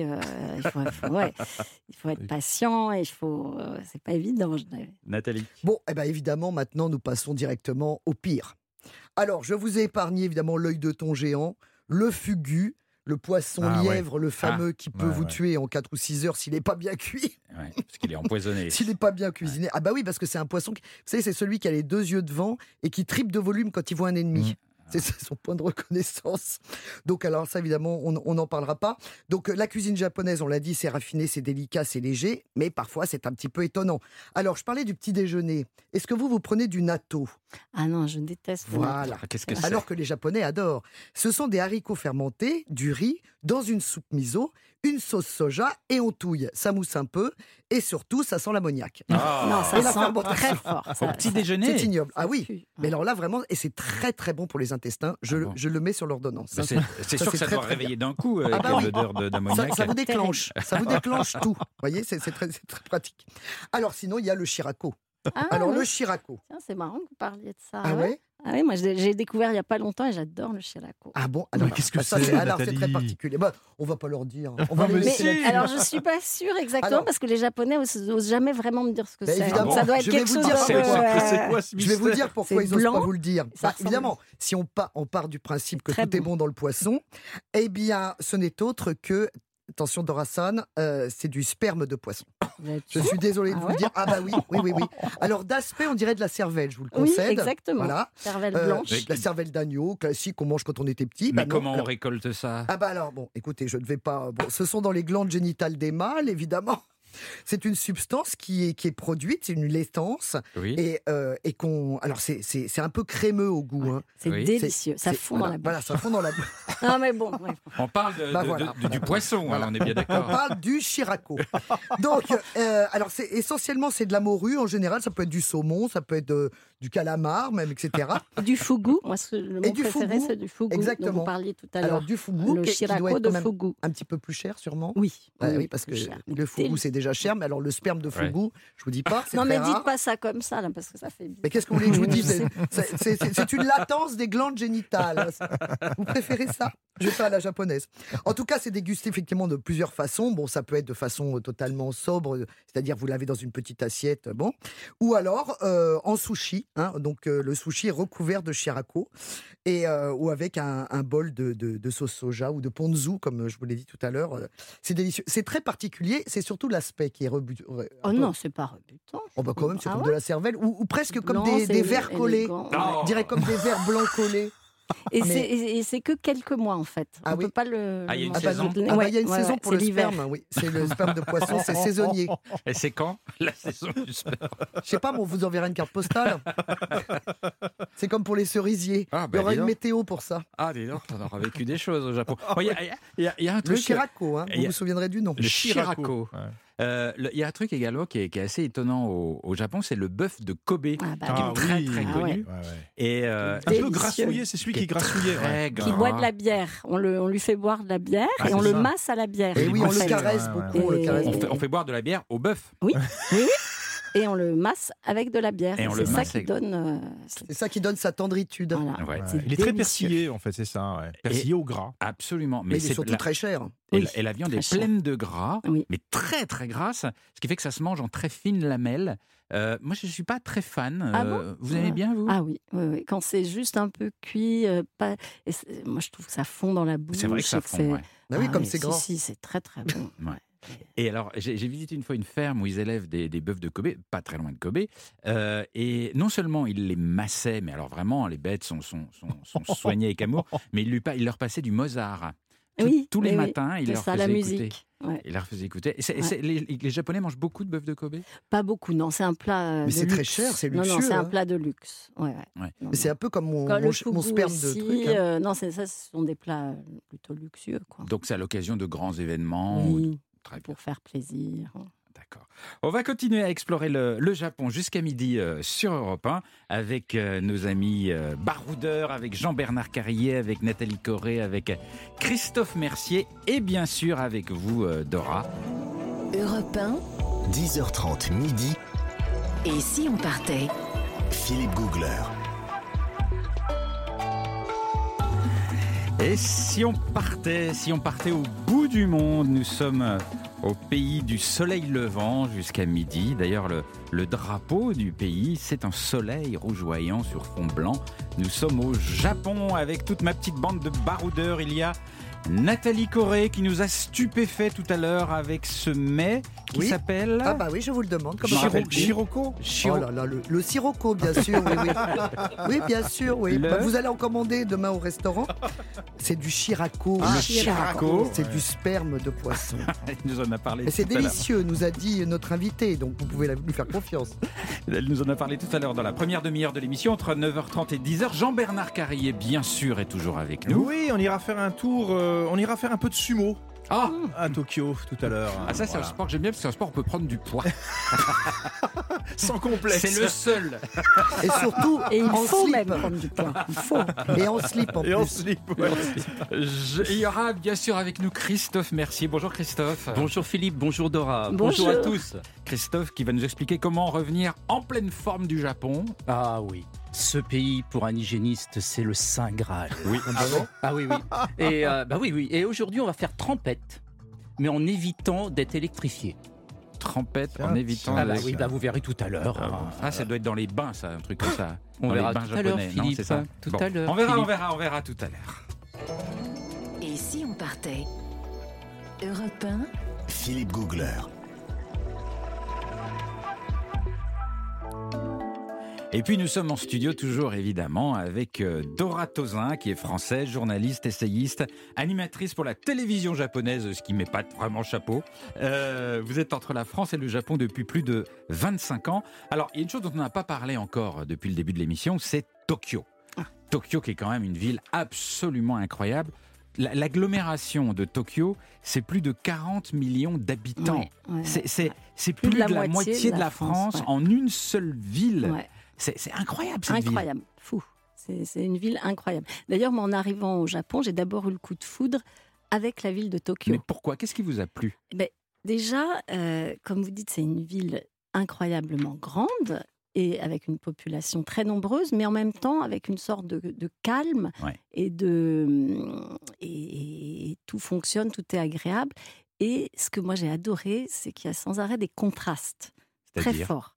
Il faut être patient et c'est pas évident. Nathalie. Bon, évidemment, maintenant, nous passons directement au pire. Alors, je vous ai épargné, évidemment, l'œil de thon géant, le fugu, le poisson Ah, ouais. lièvre, le fameux qui peut Ouais, vous ouais. tuer en 4 ou 6 heures s'il n'est pas bien cuit. Ouais, parce qu'il est empoisonné. S'il n'est pas bien cuisiné. Ah bah oui, parce que c'est un poisson, vous savez, c'est celui qui a les 2 yeux devant et qui triple de volume quand il voit un ennemi. C'est son point de reconnaissance. Donc alors ça, évidemment, on n'en parlera pas. Donc la cuisine japonaise, on l'a dit, c'est raffiné, c'est délicat, c'est léger, mais parfois c'est un petit peu étonnant. Alors je parlais du petit déjeuner. Est-ce que vous prenez du natto? Ah non, je déteste. le Voilà. natto. Ah, qu'est-ce que c'est? Alors que les Japonais adorent. Ce sont des haricots fermentés, du riz, dans une soupe miso, une sauce soja et on touille. Ça mousse un peu et surtout, ça sent l'ammoniac. Ah. Non, ça Et la sent fermentation. très fort. Au petit déjeuner. C'est ignoble. Ah oui. pue. Mais alors là, vraiment, et c'est très très bon pour les intestins. Je le mets sur l'ordonnance. Mais c'est sûr que ça très, doit très réveiller d'un coup avec Ah bah oui. l'odeur d'ammoniac. Ça vous déclenche. Ça vous déclenche tout. Vous voyez, c'est très pratique. Alors sinon, il y a le shirako. Ah, Alors oui. le shirako. Tiens, c'est marrant que vous parliez de ça. Ah ouais? Ah oui, moi j'ai découvert il n'y a pas longtemps et j'adore le shirako. Ah bon? Alors, Mais qu'est-ce que ça, c'est, alors c'est très Nathalie particulier. Bah, on va pas leur dire. On va Ah, les mais laisser si. là-dessus. Alors je suis pas sûre exactement Alors- parce que les Japonais osent jamais vraiment me dire ce que Bah, c'est. évidemment. Donc ça doit être Je vais quelque vous chose dire de. c'est quoi. C'est quoi ce Je vais vous mystère dire pourquoi C'est ils n'osent blanc. pas vous le dire. Ça Bah, ressemble- évidemment, si on part du principe que Très tout est bon. bon dans le poisson, eh bien, ce n'est autre que, attention Dora-san, c'est du sperme de poisson. Vous êtes Je sûr suis désolé de Ah vous ouais le dire. Ah bah oui. Alors d'aspect, on dirait de la cervelle, je vous le Oui, concède. exactement. Voilà. Cervelle Euh, blanche. La cervelle d'agneau, classique, qu'on mange quand on était petit. Mais Bah non, comment on alors- récolte ça? Ah bah alors, bon, écoutez, je ne vais pas... Bon, ce sont dans les glandes génitales des mâles, évidemment. C'est une substance qui est produite, c'est une laitance, Oui. et qu'on... Alors, c'est un peu crémeux au goût. Hein. C'est Oui. délicieux. Ça C'est- fond voilà, dans la bouche. Voilà, ça fond dans la bouche. Non mais bon. ouais. On parle Bah voilà. du poisson, Voilà. hein, on est bien On d'accord. parle du shirako. Donc, alors, essentiellement, c'est de la morue. En général, ça peut être du saumon, ça peut être du calamar, même, etc. Du fugu. Moi, le mot du préféré, fugu, c'est du fugu. exactement. Dont vous parliez tout à Alors, l'heure. du fugu, Le qui doit shirako être de quand même fugu. un petit peu plus cher, sûrement. Oui. Oui, parce que plus cher. le fugu, c'est déjà cher, mais alors le sperme de fugu, je vous dis pas, c'est Non très mais rare. dites pas ça comme ça là parce que ça fait bizarre. Mais qu'est-ce que vous voulez que je vous dise? Je sais. C'est une latence des glandes génitales. Vous préférez ça? Je fais à la japonaise. En tout cas, c'est dégusté effectivement de plusieurs façons. Bon, ça peut être de façon totalement sobre, c'est-à-dire vous l'avez dans une petite assiette, bon. Ou alors en sushi, hein, donc le sushi est recouvert de shirako, ou avec un bol de sauce soja ou de ponzu, comme je vous l'ai dit tout à l'heure. C'est délicieux. C'est très particulier, c'est surtout l'aspect qui est rebutant. Oh non, c'est pas rebutant. Oh bah quand même, c'est Ah comme ouais de la cervelle, ou presque comme Blanc, des c'est verres collés. élégant. On dirait comme des verres blancs collés. Et Mais- c'est que quelques mois en fait. Ah On oui. peut pas le. Ah, il y a une le Ah bah saison. non. donner. Ah bah, Ouais, il y a une ouais, saison ouais, pour c'est le l'hiver. sperme, oui. C'est le sperme de poisson, c'est saisonnier. Et c'est quand la saison du sperme? Je sais pas, mais on vous enverra une carte postale. C'est comme pour les cerisiers. Ah, Il y bah, aura dis une donc. météo pour ça. Ah, dis donc, on aura vécu des choses au Japon. Oh, Il y a un Le truc. shirako, hein, il y vous a- vous souviendrez du nom. Le shirako. Ouais. Il y a un truc également qui est assez étonnant au Japon, c'est le bœuf de Kobe, Ah bah, qui est Ah très oui. très Ah connu. ouais. Ouais, ouais. Et Un Délicieux. peu grassouillé, c'est celui qui grassouillait. très ouais. gras. Qui boit de la bière. On lui fait boire de la bière Ah, et on c'est le ça. masse à la bière. Et oui, en on le fait. caresse Ouais, beaucoup. ouais. On le caresse Et- On fait boire de la bière au bœuf. Oui, oui, oui. et on le masse avec de la bière. Et on c'est le ça masse qui avec- donne. C'est ça qui donne sa tendritude. Voilà. Ouais. C'est Il est très délicieux. persillé, en fait, c'est ça. Ouais. Persillé au gras. Absolument. Mais il est c'est surtout la- très cher. Et, Oui, la, et la viande très est cher. pleine de gras, Oui. mais très très grasse, ce qui fait que ça se mange en très fines lamelles. Moi, je ne suis pas très fan. Ah bon Vous aimez bien, vous? Ah oui, oui, oui. Quand c'est juste un peu cuit, moi je trouve que ça fond dans la bouche. C'est vrai que ça et fond, ouais. Ah oui, comme oui, c'est gras. Si, c'est très très bon. Ouais. Et alors, j'ai visité une fois une ferme où ils élèvent des bœufs de Kobe, pas très loin de Kobe, et non seulement ils les massaient, mais alors vraiment, les bêtes sont soignées avec amour, mais ils leur passaient du Mozart. Tous les oui, matins, ils c'est leur ça, faisaient la écouter. musique. Ouais. Ils leur faisaient écouter. Ouais. Les Japonais mangent beaucoup de bœufs de Kobe? Pas beaucoup, non, c'est un plat Mais de c'est très luxe. cher, c'est Non, luxueux, c'est un hein. plat de luxe. Ouais, ouais. Ouais. Non, Mais c'est non. un peu comme mon Le mon fugu sperme de aussi, truc. Hein. non, ça, ce sont des plats plutôt luxueux, quoi. Donc c'est à l'occasion de grands événements. Oui, Très bien. pour faire plaisir. D'accord. On va continuer à explorer le Japon jusqu'à midi sur Europe 1 avec nos amis baroudeurs, avec Jean-Bernard Carrier, avec Nathalie Corré, avec Christophe Mercier et bien sûr avec vous, Dora. Europe 1, 10h30 midi, et si on partait? Philippe Googler. Et si on partait au bout du monde, nous sommes au pays du soleil levant jusqu'à midi. D'ailleurs, le drapeau du pays, c'est un soleil rougeoyant sur fond blanc. Nous sommes au Japon avec toute ma petite bande de baroudeurs. Il y a Nathalie Corré qui nous a stupéfait tout à l'heure avec ce mets qui Oui. s'appelle Ah bah oui, je vous le demande. Comment s'appelle-t-il Shiroko. Oh là là, le sirocco, bien sûr. Oui, oui. Oui, bien sûr, oui. Le- Bah, vous allez en commander demain au restaurant. C'est du shirako. Le shirako. C'est du sperme de poisson. Elle nous en a parlé Et c'est tout à l'heure. délicieux, nous a dit notre invité, donc vous pouvez lui faire confiance. Elle nous en a parlé tout à l'heure dans la première demi-heure de l'émission, entre 9h30 et 10h. Jean-Bernard Carrier, bien sûr, est toujours avec nous. Oui, on ira faire un tour, on ira faire un peu de sumo Ah, à Tokyo tout à l'heure. ah, ça, c'est un Voilà. sport que j'aime bien, parce que c'est un sport où on peut prendre du poids. Sans complexe. C'est le seul. Et surtout, Et il en faut slip. même prendre du poids. Il faut. Et en slip en Et en plus. slip, ouais. Il y aura bien sûr avec nous Christophe Mercier. Bonjour Christophe. Bonjour Philippe, bonjour Dora, Bonjour. bonjour à tous. Christophe qui va nous expliquer comment revenir en pleine forme du Japon. Ah oui, ce pays pour un hygiéniste, c'est le Saint Graal. Oui. Ah oui, oui. Et oui. Et aujourd'hui, on va faire trempette, mais en évitant d'être électrifié. Trempette en Tiens, évitant. Ah bah les- oui, bah vous verrez tout à l'heure. Ah, ça doit être dans les bains, ça, un truc comme ça. On Dans verra les bains tout à l'heure, japonais, non, Philippe, c'est ça tout à l'heure, On verra Philippe. tout à l'heure. Et si on partait? Europe 1, Philippe Googler. Et puis nous sommes en studio toujours évidemment avec Dora Tozin qui est française, journaliste, essayiste, animatrice pour la télévision japonaise, ce qui m'épate vraiment chapeau. Vous êtes entre la France et le Japon depuis plus de 25 ans. Alors il y a une chose dont on n'a pas parlé encore depuis le début de l'émission, c'est Tokyo. Tokyo qui est quand même une ville absolument incroyable. L'agglomération de Tokyo, c'est plus de 40 millions d'habitants. Ouais, ouais, C'est plus de la moitié de la France ouais. en une seule ville. Ouais. C'est incroyable cette ville. Incroyable, fou. C'est une ville incroyable. D'ailleurs, moi, en arrivant au Japon, j'ai d'abord eu le coup de foudre avec la ville de Tokyo. Mais pourquoi? Qu'est-ce qui vous a plu? Déjà, comme vous dites, c'est une ville incroyablement grande et avec une population très nombreuse, mais en même temps avec une sorte de calme Ouais. et tout fonctionne, tout est agréable. Et ce que moi j'ai adoré, c'est qu'il y a sans arrêt des contrastes très C'est-à-dire forts.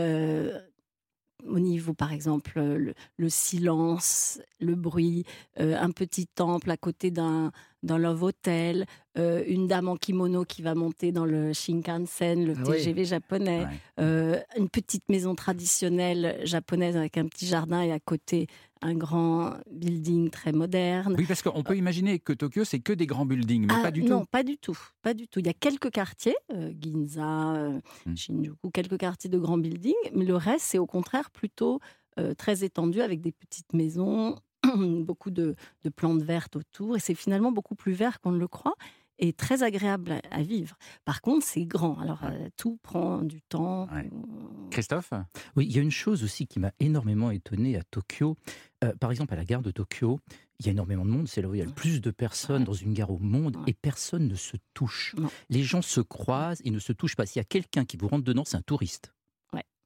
Au niveau, par exemple, le silence, le bruit, un petit temple à côté d'un love hotel, une dame en kimono qui va monter dans le Shinkansen, le Ah oui. TGV japonais, une petite maison traditionnelle japonaise avec un petit jardin et à côté un grand building très moderne. Oui, parce qu'on peut imaginer que Tokyo, c'est que des grands buildings, mais pas du Non, tout. pas du tout, pas du tout. Il y a quelques quartiers, Ginza, Mm. Shinjuku, quelques quartiers de grands buildings, mais le reste, c'est au contraire plutôt très étendu avec des petites maisons, beaucoup de plantes vertes autour, et c'est finalement beaucoup plus vert qu'on ne le croit et très agréable à vivre. Par contre, c'est grand, alors tout prend du temps. Ouais. Christophe? Oui, il y a une chose aussi qui m'a énormément étonné à Tokyo. Par exemple, à la gare de Tokyo, il y a énormément de monde. C'est là où il y a le plus de personnes dans une gare au monde Ouais. et personne ne se touche. Non. Les gens se croisent et ne se touchent pas. S'il y a quelqu'un qui vous rentre dedans, c'est un touriste. Ouais.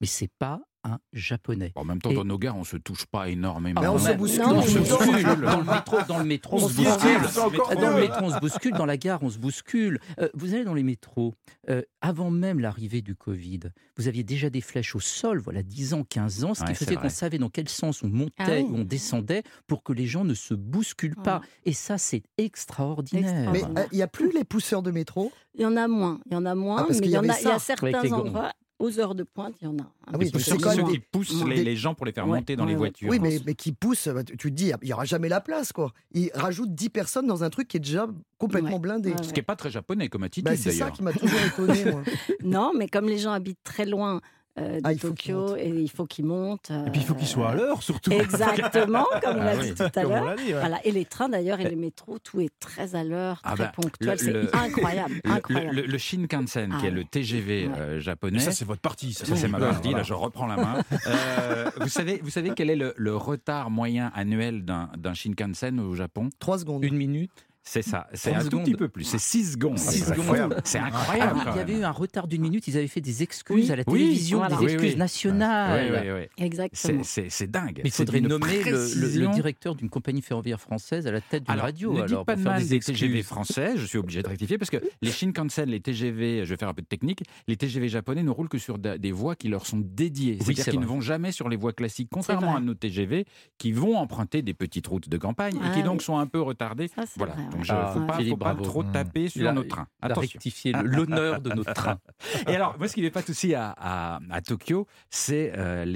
mais c'est pas un japonais. En même temps, dans nos gares, on se touche pas énormément. Mais on se bouscule. On se tout le temps. bouscule. Dans le métro, on se bouscule. Dans le métro, on se bouscule. Dans la gare, on se bouscule. Vous allez dans les métros, avant même l'arrivée du Covid, vous aviez déjà des flèches au sol, voilà, 10 ans, 15 ans, ce qui faisait qu'on savait dans quel sens on montait ou on descendait pour que les gens ne se bousculent pas. Et ça, c'est extraordinaire. Mais il n'y a plus les pousseurs de métro? Il y en a moins, parce mais qu'il il y y avait a ça. certains endroits. Aux heures de pointe, il y en a. Oui, c'est ceux qui poussent les gens pour les faire monter dans les voitures. Oui, mais qui poussent, tu te dis, il n'y aura jamais la place, quoi. Ils rajoutent 10 personnes dans un truc qui est déjà complètement blindé. Ce qui n'est pas très japonais comme attitude, d'ailleurs. C'est ça qui m'a toujours étonné, moi. Non, mais comme les gens habitent très loin de Tokyo, et il faut qu'ils montent. Et puis il faut qu'ils soient à l'heure, surtout. Exactement, comme on l'a dit tout à l'heure. Dit, voilà. Et les trains, d'ailleurs, et les métros, tout est très à l'heure, très ponctuel. C'est incroyable. Le Shinkansen, qui est le TGV japonais. Mais ça, c'est votre partie. Ça, c'est ma partie. Là, je reprends la main. Vous savez quel est le retard moyen annuel d'un Shinkansen au Japon? 3 secondes. 1 minute. C'est ça, c'est un tout petit peu plus, c'est 6 secondes. C'est incroyable. Il y avait eu un retard d'1 minute, ils avaient fait des excuses à la télévision, des excuses nationales. Exactement. C'est dingue. Mais il faudrait nommer le directeur d'une compagnie ferroviaire française à la tête d'une radio. Ne dites pas de mal des TGV excuses. Français, je suis obligé de rectifier, parce que les Shinkansen, les TGV, je vais faire un peu de technique, les TGV japonais ne roulent que sur des voies qui leur sont dédiées. C'est-à-dire qu'ils ne vont jamais sur les voies classiques, contrairement à nos TGV, qui vont emprunter des petites routes de campagne et qui donc sont un peu retardées. Voilà. Donc, il ne faut pas trop taper sur nos trains. Attention. Rectifier l'honneur de notre train. Et alors, moi, ce qui ne fait pas de souci à Tokyo, c'est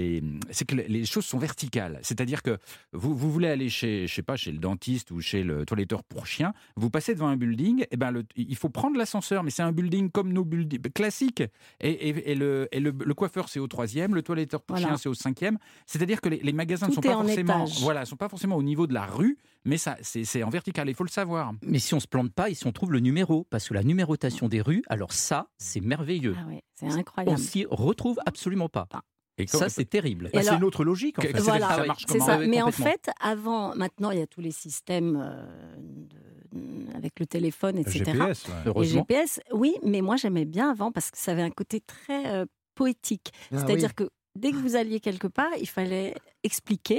que les choses sont verticales. C'est-à-dire que vous voulez aller chez le dentiste ou chez le toiletteur pour chien, vous passez devant un building, et il faut prendre l'ascenseur, mais c'est un building comme nos buildings classiques. Et le coiffeur, c'est au 3e, le toiletteur pour chien, c'est au 5e. C'est-à-dire que les magasins ne sont pas forcément au niveau de la rue, mais c'est en vertical, il faut le savoir. Mais si on ne se plante pas, et si on trouve le numéro, parce que la numérotation des rues, alors ça, c'est merveilleux. Ah ouais, c'est incroyable. On s'y retrouve absolument pas. Et ça, c'est terrible. C'est une autre logique, en fait. Voilà, ça marche comment? ça. Mais en fait, maintenant, il y a tous les systèmes avec le téléphone, etc. GPS, Les GPS, oui, mais moi, j'aimais bien avant parce que ça avait un côté très poétique. C'est-à-dire que dès que vous alliez quelque part, il fallait expliquer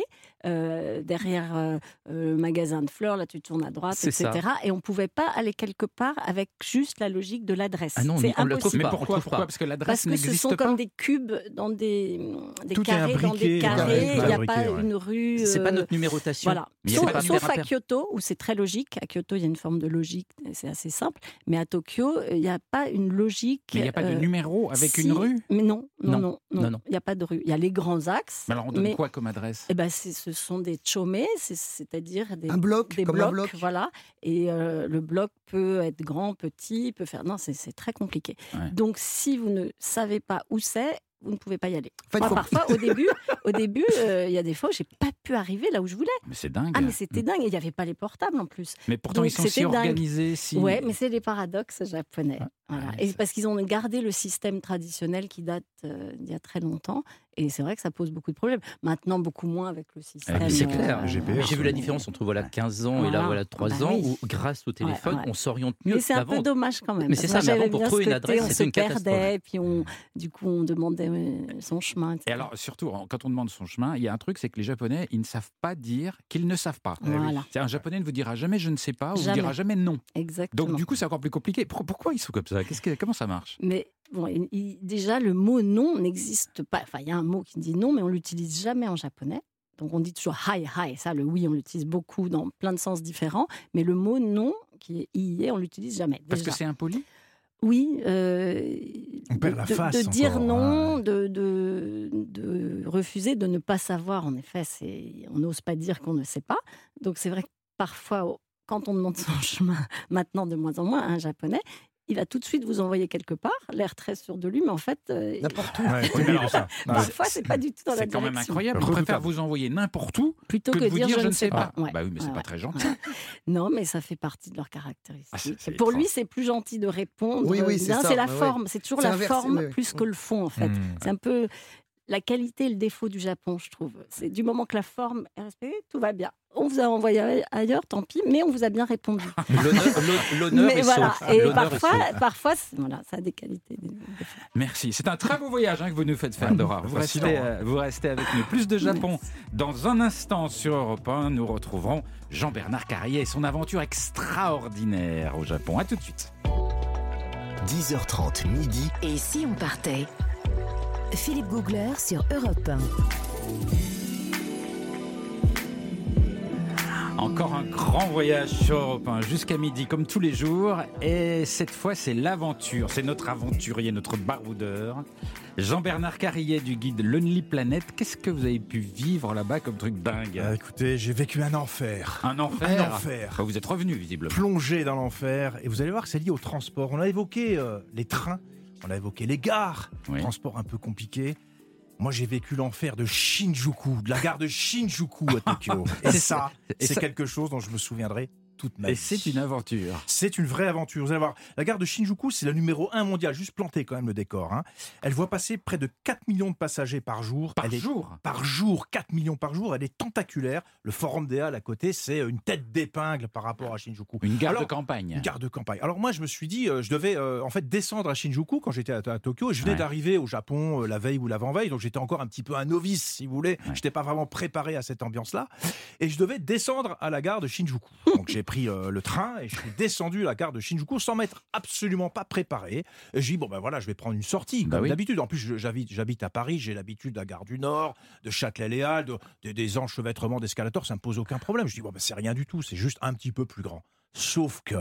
derrière le magasin de fleurs, là tu tournes à droite, etc. Et on ne pouvait pas aller quelque part avec juste la logique de l'adresse. Ah non, c'est impossible. Mais pourquoi? Parce que l'adresse n'existe pas. Parce que ce sont comme des cubes dans des carrés, dans des carrés. Il n'y a pas une rue. C'est pas notre numérotation. Voilà. Sauf à Kyoto, où c'est très logique. À Kyoto, il y a une forme de logique, c'est assez simple. Mais à Tokyo, il n'y a pas une logique. Mais il n'y a pas de numéro avec une rue? Mais non. Il n'y a pas de rue. Il y a les grands axes. Mais alors on donne quoi comme adresse? Ce sont des chomé, c'est-à-dire des blocs, voilà. Et le bloc peut être grand, petit, peut faire. Non, c'est très compliqué. Ouais. Donc, si vous ne savez pas où c'est, vous ne pouvez pas y aller. En fait, parfois, au début, il y a des fois où j'ai pas pu arriver là où je voulais. Mais c'est dingue. Ah, mais c'était dingue. Il n'y avait pas les portables en plus. Mais pourtant, donc, ils sont si organisés. Ouais, mais c'est les paradoxes japonais. Voilà. Et parce qu'ils ont gardé le système traditionnel qui date d'il y a très longtemps. Et c'est vrai que ça pose beaucoup de problèmes. Maintenant, beaucoup moins avec le système. C'est clair. GPS, j'ai vu la différence entre 15 ans et là 3 ans, où grâce au téléphone, on s'oriente mieux. Mais c'est un peu dommage quand même. Mais c'est ça, mais avant, pour trouver une adresse, on c'était se une catastrophe. perdait, puis du coup, on demandait son chemin. Etc. Et alors, surtout, quand on demande son chemin, il y a un truc, c'est que les Japonais, ils ne savent pas dire qu'ils ne savent pas. Voilà. Un Japonais ne vous dira jamais je ne sais pas, ou jamais. vous dira jamais non. Exactement. Donc, du coup, c'est encore plus compliqué. Pourquoi ils sont comme ça? Comment ça marche? Mais bon, déjà, le mot non n'existe pas. Enfin, il y a un mot qui dit non, mais on l'utilise jamais en japonais. Donc, on dit toujours hi. Ça, le oui, on l'utilise beaucoup dans plein de sens différents. Mais le mot non, qui est iie, on l'utilise jamais. Parce que c'est impoli? Oui, on perd la face de dire encore, non, de refuser, de ne pas savoir. En effet, on n'ose pas dire qu'on ne sait pas. Donc c'est vrai que parfois, quand on demande son chemin, maintenant de moins en moins, à un japonais, il va tout de suite vous envoyer quelque part, l'air très sûr de lui, mais en fait... n'importe où. Parfois, c'est pas du tout dans la direction. C'est quand même incroyable. Il préfère vous envoyer n'importe où plutôt que de vous dire je ne sais pas. Ouais. Bah oui, mais c'est pas très gentil. Non, mais ça fait partie de leurs caractéristiques. C'est pour lui, c'est plus gentil de répondre. Oui, c'est ça. C'est la forme. C'est toujours la forme plus que le fond, en fait. C'est un peu... la qualité et le défaut du Japon, je trouve. C'est du moment que la forme est respectée, tout va bien. On vous a envoyé ailleurs, tant pis, mais on vous a bien répondu. L'honneur est voilà. sauf. Et L'honneur est sauf. parfois voilà, ça a des qualités. Des défauts. Merci. C'est un très beau voyage que vous nous faites faire, Dora. Vous restez avec nous. Plus de Japon. Dans un instant sur Europe 1, nous retrouverons Jean-Bernard Carrier et son aventure extraordinaire au Japon. À tout de suite. 10h30 midi. Et si on partait? Philippe Googler sur Europe 1. Encore un grand voyage sur Europe 1 jusqu'à midi, comme tous les jours. Et cette fois, c'est l'aventure. C'est notre aventurier, notre baroudeur, Jean-Bernard Carrier du guide Lonely Planet. Qu'est-ce que vous avez pu vivre là-bas comme truc dingue? Écoutez, j'ai vécu un enfer. Un enfer? Un enfer. Bah, vous êtes revenu, visiblement. Plongé dans l'enfer. Et vous allez voir que c'est lié au transport. On a évoqué les trains, on a évoqué les gares, Oui. transport un peu compliqué. Moi, j'ai vécu l'enfer de Shinjuku, de la gare de Shinjuku à Tokyo. Et ça, c'est quelque chose dont je me souviendrai toute ma vie. Et c'est une aventure. C'est une vraie aventure. Vous allez voir, la gare de Shinjuku, c'est la numéro 1 mondiale. Juste planté quand même le décor. Elle voit passer près de 4 millions de passagers par jour. Par jour? Par jour, 4 millions par jour. Elle est tentaculaire. Le Forum des Halles à côté, c'est une tête d'épingle par rapport à Shinjuku. Une gare de campagne. Une gare de campagne. Alors moi, je me suis dit, je devais en fait descendre à Shinjuku quand j'étais à Tokyo. Et je venais d'arriver au Japon la veille ou l'avant-veille. Donc j'étais encore un petit peu un novice, si vous voulez. Je n'étais pas vraiment préparé à cette ambiance-là. Et je devais descendre à la gare de Shinjuku. Donc j'ai pris le train et je suis descendu à la gare de Shinjuku sans m'être absolument pas préparé. Et j'ai dit, bon ben voilà, je vais prendre une sortie, comme d'habitude. En plus, j'habite à Paris, j'ai l'habitude de la gare du Nord, de Châtelet-Les-Halles, des enchevêtrements d'escalators, ça me pose aucun problème. Je dis, bon ben c'est rien du tout, c'est juste un petit peu plus grand. Sauf que,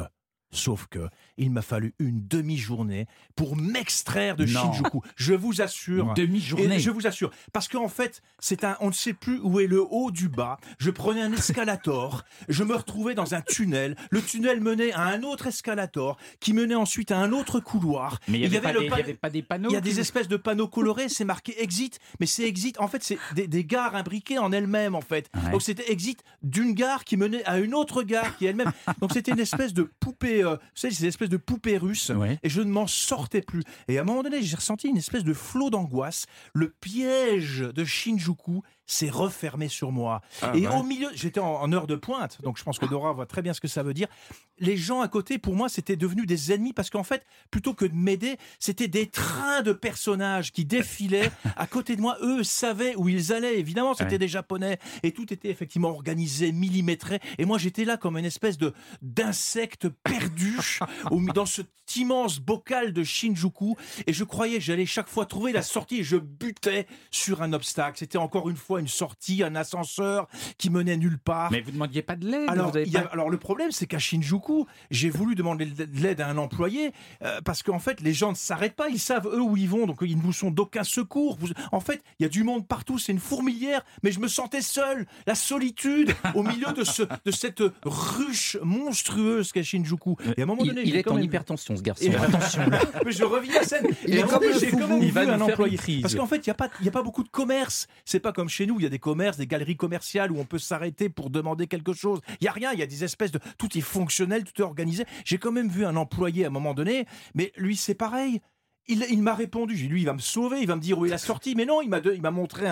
il m'a fallu une demi-journée pour m'extraire de Shinjuku. Je vous assure. Une demi-journée. Et je vous assure. Parce qu'en fait, on ne sait plus où est le haut du bas. Je prenais un escalator. Je me retrouvais dans un tunnel. Le tunnel menait à un autre escalator qui menait ensuite à un autre couloir. Mais il n'y avait pas des panneaux. Il y a des espèces de panneaux colorés. C'est marqué exit. Mais c'est exit. En fait, c'est des gares imbriquées en elles-mêmes, en fait. Ouais. Donc c'était exit d'une gare qui menait à une autre gare qui elle-même. Donc c'était une espèce de poupée. Vous savez, c'est une espèce de poupée russe, et je ne m'en sortais plus. Et à un moment donné, j'ai ressenti une espèce de flot d'angoisse. Le piège de Shinjuku s'est refermé sur moi. Au milieu, j'étais en heure de pointe, donc je pense que Dora voit très bien ce que ça veut dire. Les gens à côté, pour moi, c'était devenu des ennemis, parce qu'en fait, plutôt que de m'aider, c'était des trains de personnages qui défilaient à côté de moi. Eux savaient où ils allaient. Évidemment, c'était des Japonais, et tout était effectivement organisé, millimétré. Et moi, j'étais là comme une espèce d'insecte perdu dans cet immense bocal de Shinjuku, et je croyais que j'allais chaque fois trouver la sortie, et je butais sur un obstacle. C'était encore une fois une sortie, un ascenseur qui menait nulle part. Mais vous ne demandiez pas de l'aide? Alors le problème, c'est qu'à Shinjuku, j'ai voulu demander de l'aide à un employé, parce qu'en fait, les gens ne s'arrêtent pas, ils savent eux où ils vont, donc ils ne vous sont d'aucun secours. En fait, il y a du monde partout, c'est une fourmilière, mais je me sentais seul, la solitude, au milieu de cette ruche monstrueuse qu'est Shinjuku. Et à un moment donné, il est en hypertension, ce garçon. Attention. Mais je revis la scène. Et j'ai quand même vu un employé. Parce qu'en fait, il n'y a pas beaucoup de commerce. C'est pas comme chez nous, il y a des commerces, des galeries commerciales où on peut s'arrêter pour demander quelque chose. Il y a rien, il y a des espèces de... Tout est fonctionnel, tout est organisé. J'ai quand même vu un employé à un moment donné, mais lui, c'est pareil. Il m'a répondu, lui il va me sauver, il va me dire où est la sortie, mais non, il m'a montré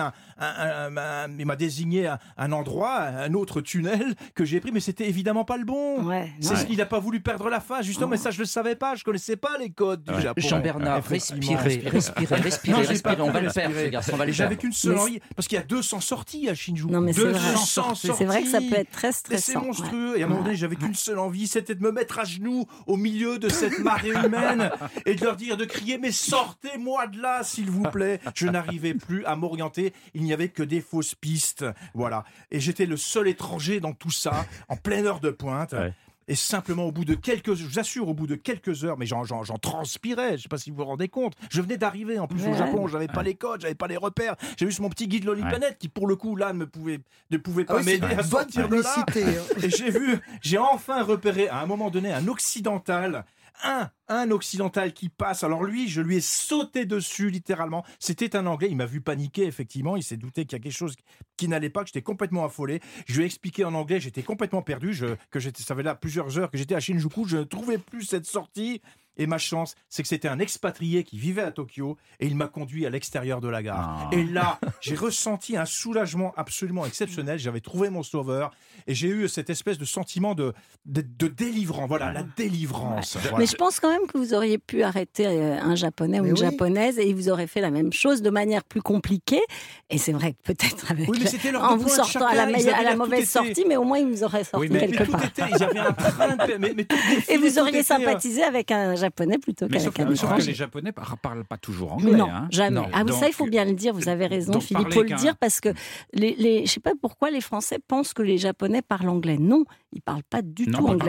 il m'a désigné un endroit, un autre tunnel que j'ai pris, mais c'était évidemment pas le bon. Il n'a pas voulu perdre la face, justement, mais ça je le savais pas, je connaissais pas les codes du Japon. Jean-Bernard, respirez, on va le faire, ce garçon, on va le faire. J'avais qu'une seule envie, parce qu'il y a 200 sorties à Shinjuku. Non, mais 200 sorties. C'est vrai que ça peut être très stressant. C'est monstrueux, et à un moment donné, j'avais qu'une seule envie, c'était de me mettre à genoux au milieu de cette marée humaine et de leur dire, de crier, mais sortez-moi de là, s'il vous plaît. Je n'arrivais plus à m'orienter. Il n'y avait que des fausses pistes. Voilà. Et j'étais le seul étranger dans tout ça, en pleine heure de pointe. Ouais. Et simplement, je vous assure, au bout de quelques heures, mais j'en transpirais, je ne sais pas si vous vous rendez compte. Je venais d'arriver, en plus, au Japon, je n'avais pas les codes, je n'avais pas les repères. J'ai juste mon petit guide Lonely Planet qui, pour le coup, là, ne pouvait pas m'aider à sortir de là. Et j'ai enfin repéré, à un moment donné, un occidental, un occidental qui passe. Alors lui, je lui ai sauté dessus littéralement. C'était un Anglais, il m'a vu paniquer effectivement, il s'est douté qu'il y a quelque chose qui n'allait pas, que j'étais complètement affolé. Je lui ai expliqué en anglais, j'étais complètement perdu, ça fait là plusieurs heures que j'étais à Shinjuku, je ne trouvais plus cette sortie. Et ma chance, c'est que c'était un expatrié qui vivait à Tokyo et il m'a conduit à l'extérieur de la gare. Et là, j'ai ressenti un soulagement absolument exceptionnel. J'avais trouvé mon sauveur et j'ai eu cette espèce de sentiment de délivrance. Voilà, la délivrance. Voilà. Mais je pense quand même que vous auriez pu arrêter un Japonais ou une Japonaise et vous aurez fait la même chose de manière plus compliquée. Et c'est vrai que peut-être avec en vous sortant à la mauvaise sortie, mais au moins il vous aurait sorti quelque part. Il y avait un train de... Et vous auriez sympathisé avec un Japonais plutôt qu'avec un étranger. Sauf que les Japonais ne parlent pas toujours anglais. Non, jamais. Donc, ça, il faut bien le dire. Vous avez raison, Philippe. Il faut le dire parce que je ne sais pas pourquoi les Français pensent que les Japonais parlent anglais. Non, ils ne parlent pas du tout anglais.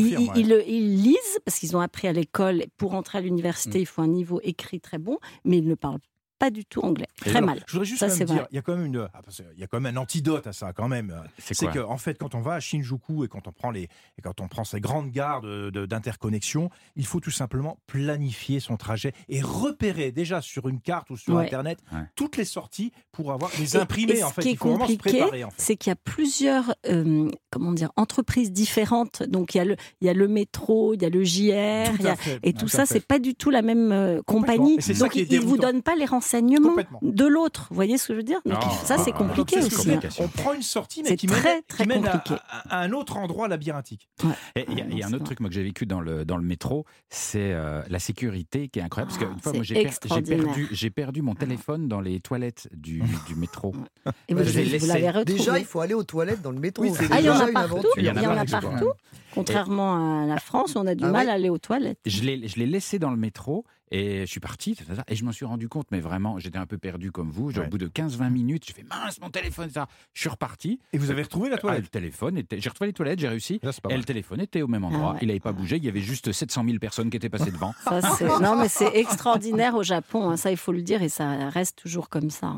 Ils lisent parce qu'ils ont appris à l'école. Pour entrer à l'université, il faut un niveau écrit très bon, mais ils ne parlent pas du tout anglais, très mal. Je voudrais juste dire, il y a quand même un antidote à ça quand même. C'est qu'en fait, quand on va à Shinjuku et quand on prend ces grandes gares d'interconnexion, il faut tout simplement planifier son trajet et repérer déjà sur une carte ou sur Internet toutes les sorties pour les imprimer. Ce qui est compliqué, c'est qu'il y a plusieurs entreprises différentes. Donc il y a le métro, il y a le JR, et tout ça, c'est pas du tout la même compagnie. Donc ils vous donnent pas les renseignements de l'autre. Vous voyez ce que je veux dire? Ça, c'est compliqué aussi. On prend une sortie, mais qui mène à un autre endroit labyrinthique. Il y a un autre truc moi, que j'ai vécu dans le métro, c'est la sécurité qui est incroyable. Parce qu'une fois, moi, j'ai perdu mon téléphone dans les toilettes du métro. Et vous l'avez retrouvé. Déjà, il faut aller aux toilettes dans le métro. Il y en a partout. Il y en a partout. Contrairement à la France, on a du mal à aller aux toilettes. Je l'ai laissé dans le métro et je suis parti et je m'en suis rendu compte, mais vraiment, j'étais un peu perdu comme vous. Au bout de 15-20 minutes, j'ai fait mince, mon téléphone, ça. Je suis reparti. Et vous avez retrouvé la toilette? Le téléphone j'ai retrouvé les toilettes, j'ai réussi. Et le téléphone était au même endroit. Il n'avait pas bougé. Il y avait juste 700 000 personnes qui étaient passées devant. Non, mais c'est extraordinaire au Japon. Ça, il faut le dire, et ça reste toujours comme ça.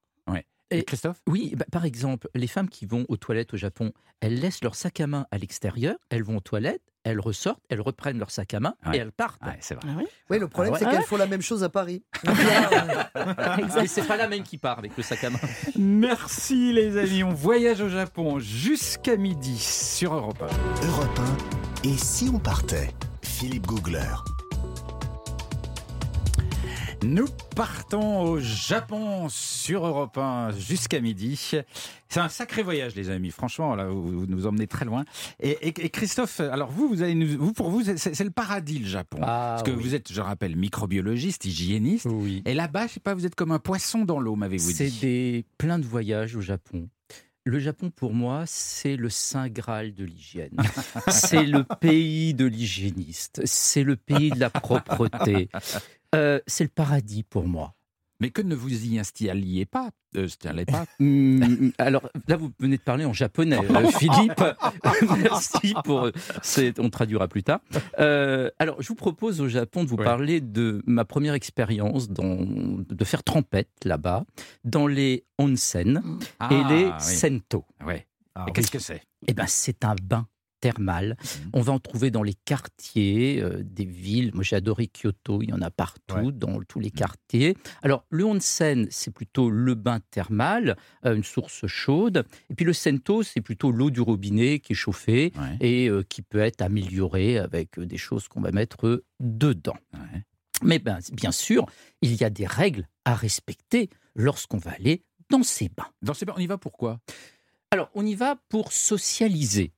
Et Christophe? Oui, par exemple, les femmes qui vont aux toilettes au Japon, elles laissent leur sac à main à l'extérieur, elles vont aux toilettes, elles ressortent, elles reprennent leur sac à main et elles partent. C'est vrai. Oui, le problème, c'est qu'elles font la même chose à Paris. Et c'est pas la même qui part avec le sac à main. Merci les amis, on voyage au Japon jusqu'à midi sur Europe 1. Europe 1, et si on partait? Philippe Googler. Nous partons au Japon sur Europe 1 jusqu'à midi. C'est un sacré voyage, les amis. Franchement, là, vous nous emmenez très loin. Et Christophe, alors pour vous, c'est le paradis, le Japon. Parce que vous êtes, je rappelle, microbiologiste, hygiéniste. Oui. Et là-bas, je sais pas, vous êtes comme un poisson dans l'eau, m'avez-vous dit. C'est plein de voyages au Japon. Le Japon, pour moi, c'est le saint Graal de l'hygiène. C'est le pays de l'hygiéniste. C'est le pays de la propreté. C'est le paradis pour moi. Mais que ne vous y installiez pas, alors là, vous venez de parler en japonais, Philippe. Merci pour... on traduira plus tard. Alors, je vous propose au Japon de vous parler de ma première expérience de faire trempette là-bas, dans les onsen et les sento. Et qu'est-ce que c'est? Eh ben, c'est un bain thermale. On va en trouver dans les quartiers des villes. Moi, j'ai adoré Kyoto, il y en a partout, dans tous les quartiers. Alors, le onsen, c'est plutôt le bain thermal, une source chaude. Et puis le sento, c'est plutôt l'eau du robinet qui est chauffée et qui peut être améliorée avec des choses qu'on va mettre dedans. Mais bien sûr, il y a des règles à respecter lorsqu'on va aller dans ces bains. Dans ces bains, on y va pourquoi? Alors, on y va pour socialiser.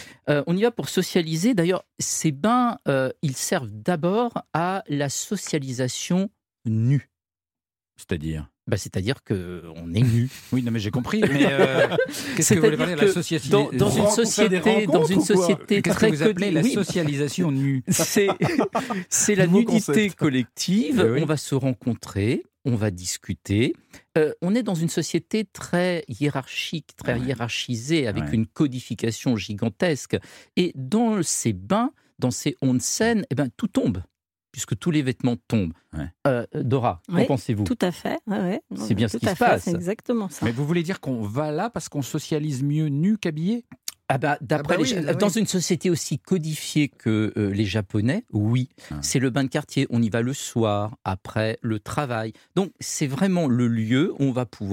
D'ailleurs, ces bains, ils servent d'abord à la socialisation nue. C'est-à-dire c'est-à-dire qu'on est nu. Oui, non, mais j'ai compris. Mais qu'est-ce que vous voulez parler de la socialisation dans une société qu'est-ce très que vous appelez la socialisation nue? C'est la nudité collective. On va se rencontrer. On va discuter. On est dans une société très hiérarchique, très hiérarchisée, avec une codification gigantesque. Et dans ces bains, dans ces onsen, tout tombe, puisque tous les vêtements tombent. Dora, qu'en pensez-vous? Tout à fait. C'est bien ce qui se passe. C'est exactement ça. Mais vous voulez dire qu'on va là parce qu'on socialise mieux nu qu'habillé? Dans une société aussi codifiée que les Japonais, c'est le bain de quartier. On y va le soir, après le travail. Donc, c'est vraiment le lieu où on va pouvoir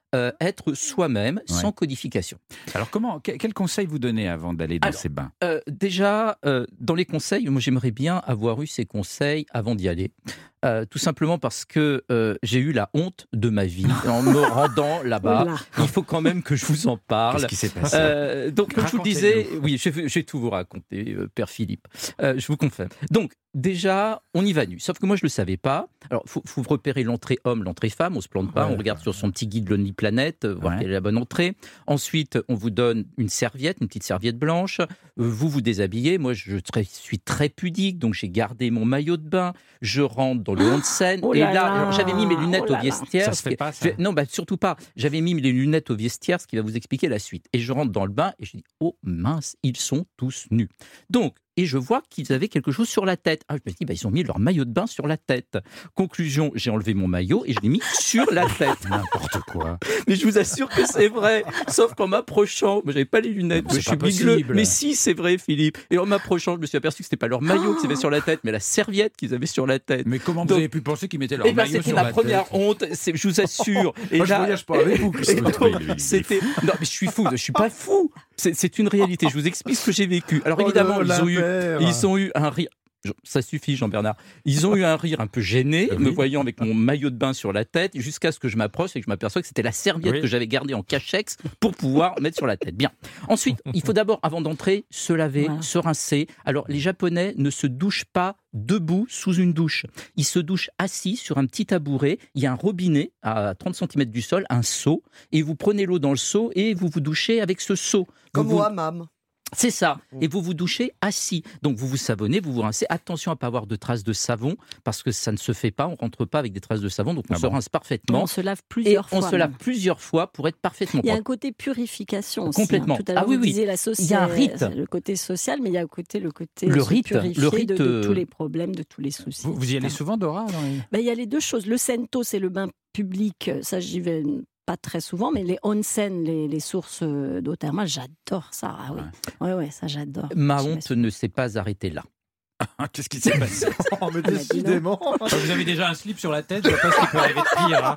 être soi-même sans codification. Alors quel conseil vous donnez avant d'aller dans ces bains ? Déjà, dans les conseils, moi j'aimerais bien avoir eu ces conseils avant d'y aller. Tout simplement parce que j'ai eu la honte de ma vie en me rendant là-bas. Il faut quand même que je vous en parle. Qu'est-ce qui s'est passé ? Donc, comme je vous le disais, oui, je vais tout vous raconter, Père Philippe. Je vous confirme. Donc, déjà, on y va nu. Sauf que moi, je ne le savais pas. Alors, il faut repérer l'entrée homme, l'entrée femme. On ne se plante pas. On regarde sur son petit guide Lonely Planet, voir quelle est la bonne entrée. Ensuite, on vous donne une petite serviette blanche. Vous vous déshabillez. Moi, je suis très pudique, donc j'ai gardé mon maillot de bain. Je rentre dans le onsen. Et là, j'avais mis mes lunettes au vestiaire. Ça se fait pas, ça. Non, surtout pas. J'avais mis les lunettes au vestiaire, ce qui va vous expliquer la suite. Et je rentre dans le bain et je dis, oh mince, ils sont tous nus. Donc, et je vois qu'ils avaient quelque chose sur la tête. Je me dis, ils ont mis leur maillot de bain sur la tête. Conclusion, j'ai enlevé mon maillot et je l'ai mis sur la tête. N'importe quoi. Mais je vous assure que c'est vrai. Sauf qu'en m'approchant, je n'avais pas les lunettes, je suis bigleux. Mais si, c'est vrai, Philippe. Et en m'approchant, je me suis aperçu que ce n'était pas leur maillot qu'ils avaient sur la tête, mais la serviette qu'ils avaient sur la tête. Mais comment vous avez pu penser qu'ils mettaient leur maillot sur la tête ? C'était ma première honte, je vous assure. Et moi, je voyage pas avec vous. C'était... Non, mais je suis fou, je suis pas fou. C'est une réalité, je vous explique ce que j'ai vécu. Alors évidemment, ils ont eu un rire. Ça suffit, Jean-Bernard. Ils ont eu un rire un peu gêné, me voyant avec mon maillot de bain sur la tête, jusqu'à ce que je m'approche et que je m'aperçois que c'était la serviette que j'avais gardée en cachex pour pouvoir mettre sur la tête. Bien. Ensuite, il faut d'abord, avant d'entrer, se laver, se rincer. Alors, les Japonais ne se douchent pas debout sous une douche. Ils se douchent assis sur un petit tabouret. Il y a un robinet à 30 cm du sol, un seau, et vous prenez l'eau dans le seau et vous vous douchez avec ce seau. Comme au hammam. C'est ça. Et vous vous douchez assis. Donc vous vous savonnez, vous vous rincez. Attention à ne pas avoir de traces de savon, parce que ça ne se fait pas. On ne rentre pas avec des traces de savon, donc on se rince parfaitement. On se lave plusieurs fois. On se lave plusieurs fois pour être parfaitement propre. Il y a un côté purification aussi. Complètement. Tout à l'heure, vous disiez la société. Il y a un rite. Le côté social, mais il y a le côté le rite de tous les problèmes, de tous les soucis. Vous y allez souvent, Dora Il y a les deux choses. Le sento, c'est le bain public. Ça, j'y vais pas très souvent, mais les onsen, les sources d'eau thermale, j'adore ça. Ah oui, ouais, ça j'adore. Ma honte ne s'est pas arrêtée là. Qu'est-ce qui s'est passé? Mais décidément. Vous avez déjà un slip sur la tête, je ne sais pas ce qui peut arriver de pire.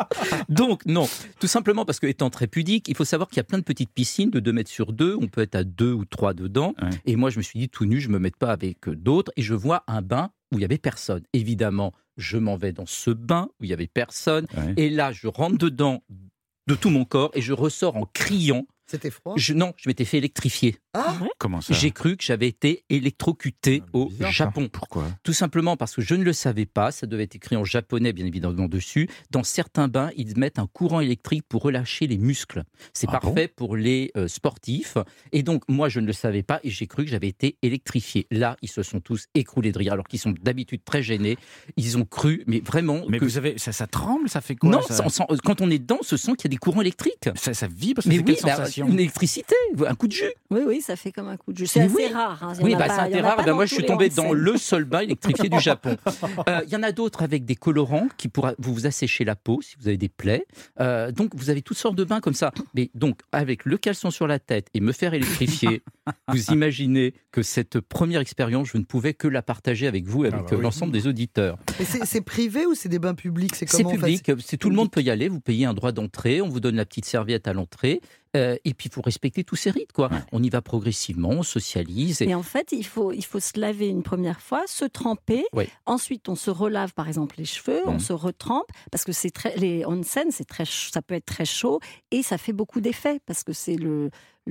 Donc, non. Tout simplement parce que, étant très pudique, il faut savoir qu'il y a plein de petites piscines de 2 mètres sur 2. On peut être à 2 ou 3 dedans. Ouais. Et moi, je me suis dit, tout nu, je ne me mette pas avec d'autres. Et je vois un bain où il n'y avait personne. Évidemment, je m'en vais dans ce bain où il n'y avait personne. Ouais. Et là, je rentre dedans de tout mon corps et je ressors en criant. C'était froid? Non, je m'étais fait électrifier. Ah, comment ça? J'ai cru que j'avais été électrocuté au Japon. Pourquoi? Tout simplement parce que je ne le savais pas, ça devait être écrit en japonais bien évidemment dessus. Dans certains bains, ils mettent un courant électrique pour relâcher les muscles. C'est parfait pour les sportifs. Et donc, moi, je ne le savais pas et j'ai cru que j'avais été électrifié. Là, ils se sont tous écroulés de rire, alors qu'ils sont d'habitude très gênés. Ils ont cru, mais vraiment... Mais vous savez, ça tremble, ça fait quoi? Non, quand on est dedans, on se sent qu'il y a des courants électriques. Ça vibre, ça fait quelle sensation? Une électricité, un coup de jus. Oui, ça fait comme un coup de jus. C'est assez rare. Hein. Oui, c'est assez rare. Moi, je suis tombé dans le seul bain électrifié du Japon. Il y en a d'autres avec des colorants qui pourraient vous assécher la peau si vous avez des plaies. Donc, vous avez toutes sortes de bains comme ça. Mais donc, avec le caleçon sur la tête et me faire électrifier, vous imaginez que cette première expérience, je ne pouvais que la partager avec vous et avec l'ensemble des auditeurs. Et c'est privé ou c'est des bains publics? C'est public. Tout le monde peut y aller. Vous payez un droit d'entrée. On vous donne la petite serviette à l'entrée. Et puis, il faut respecter tous ces rites, quoi. On y va progressivement, on socialise. Et en fait, il faut se laver une première fois, se tremper. Oui. Ensuite, on se relave, par exemple, les cheveux, on se retrempe, parce que les onsen, ça peut être très chaud, et ça fait beaucoup d'effets, parce que c'est le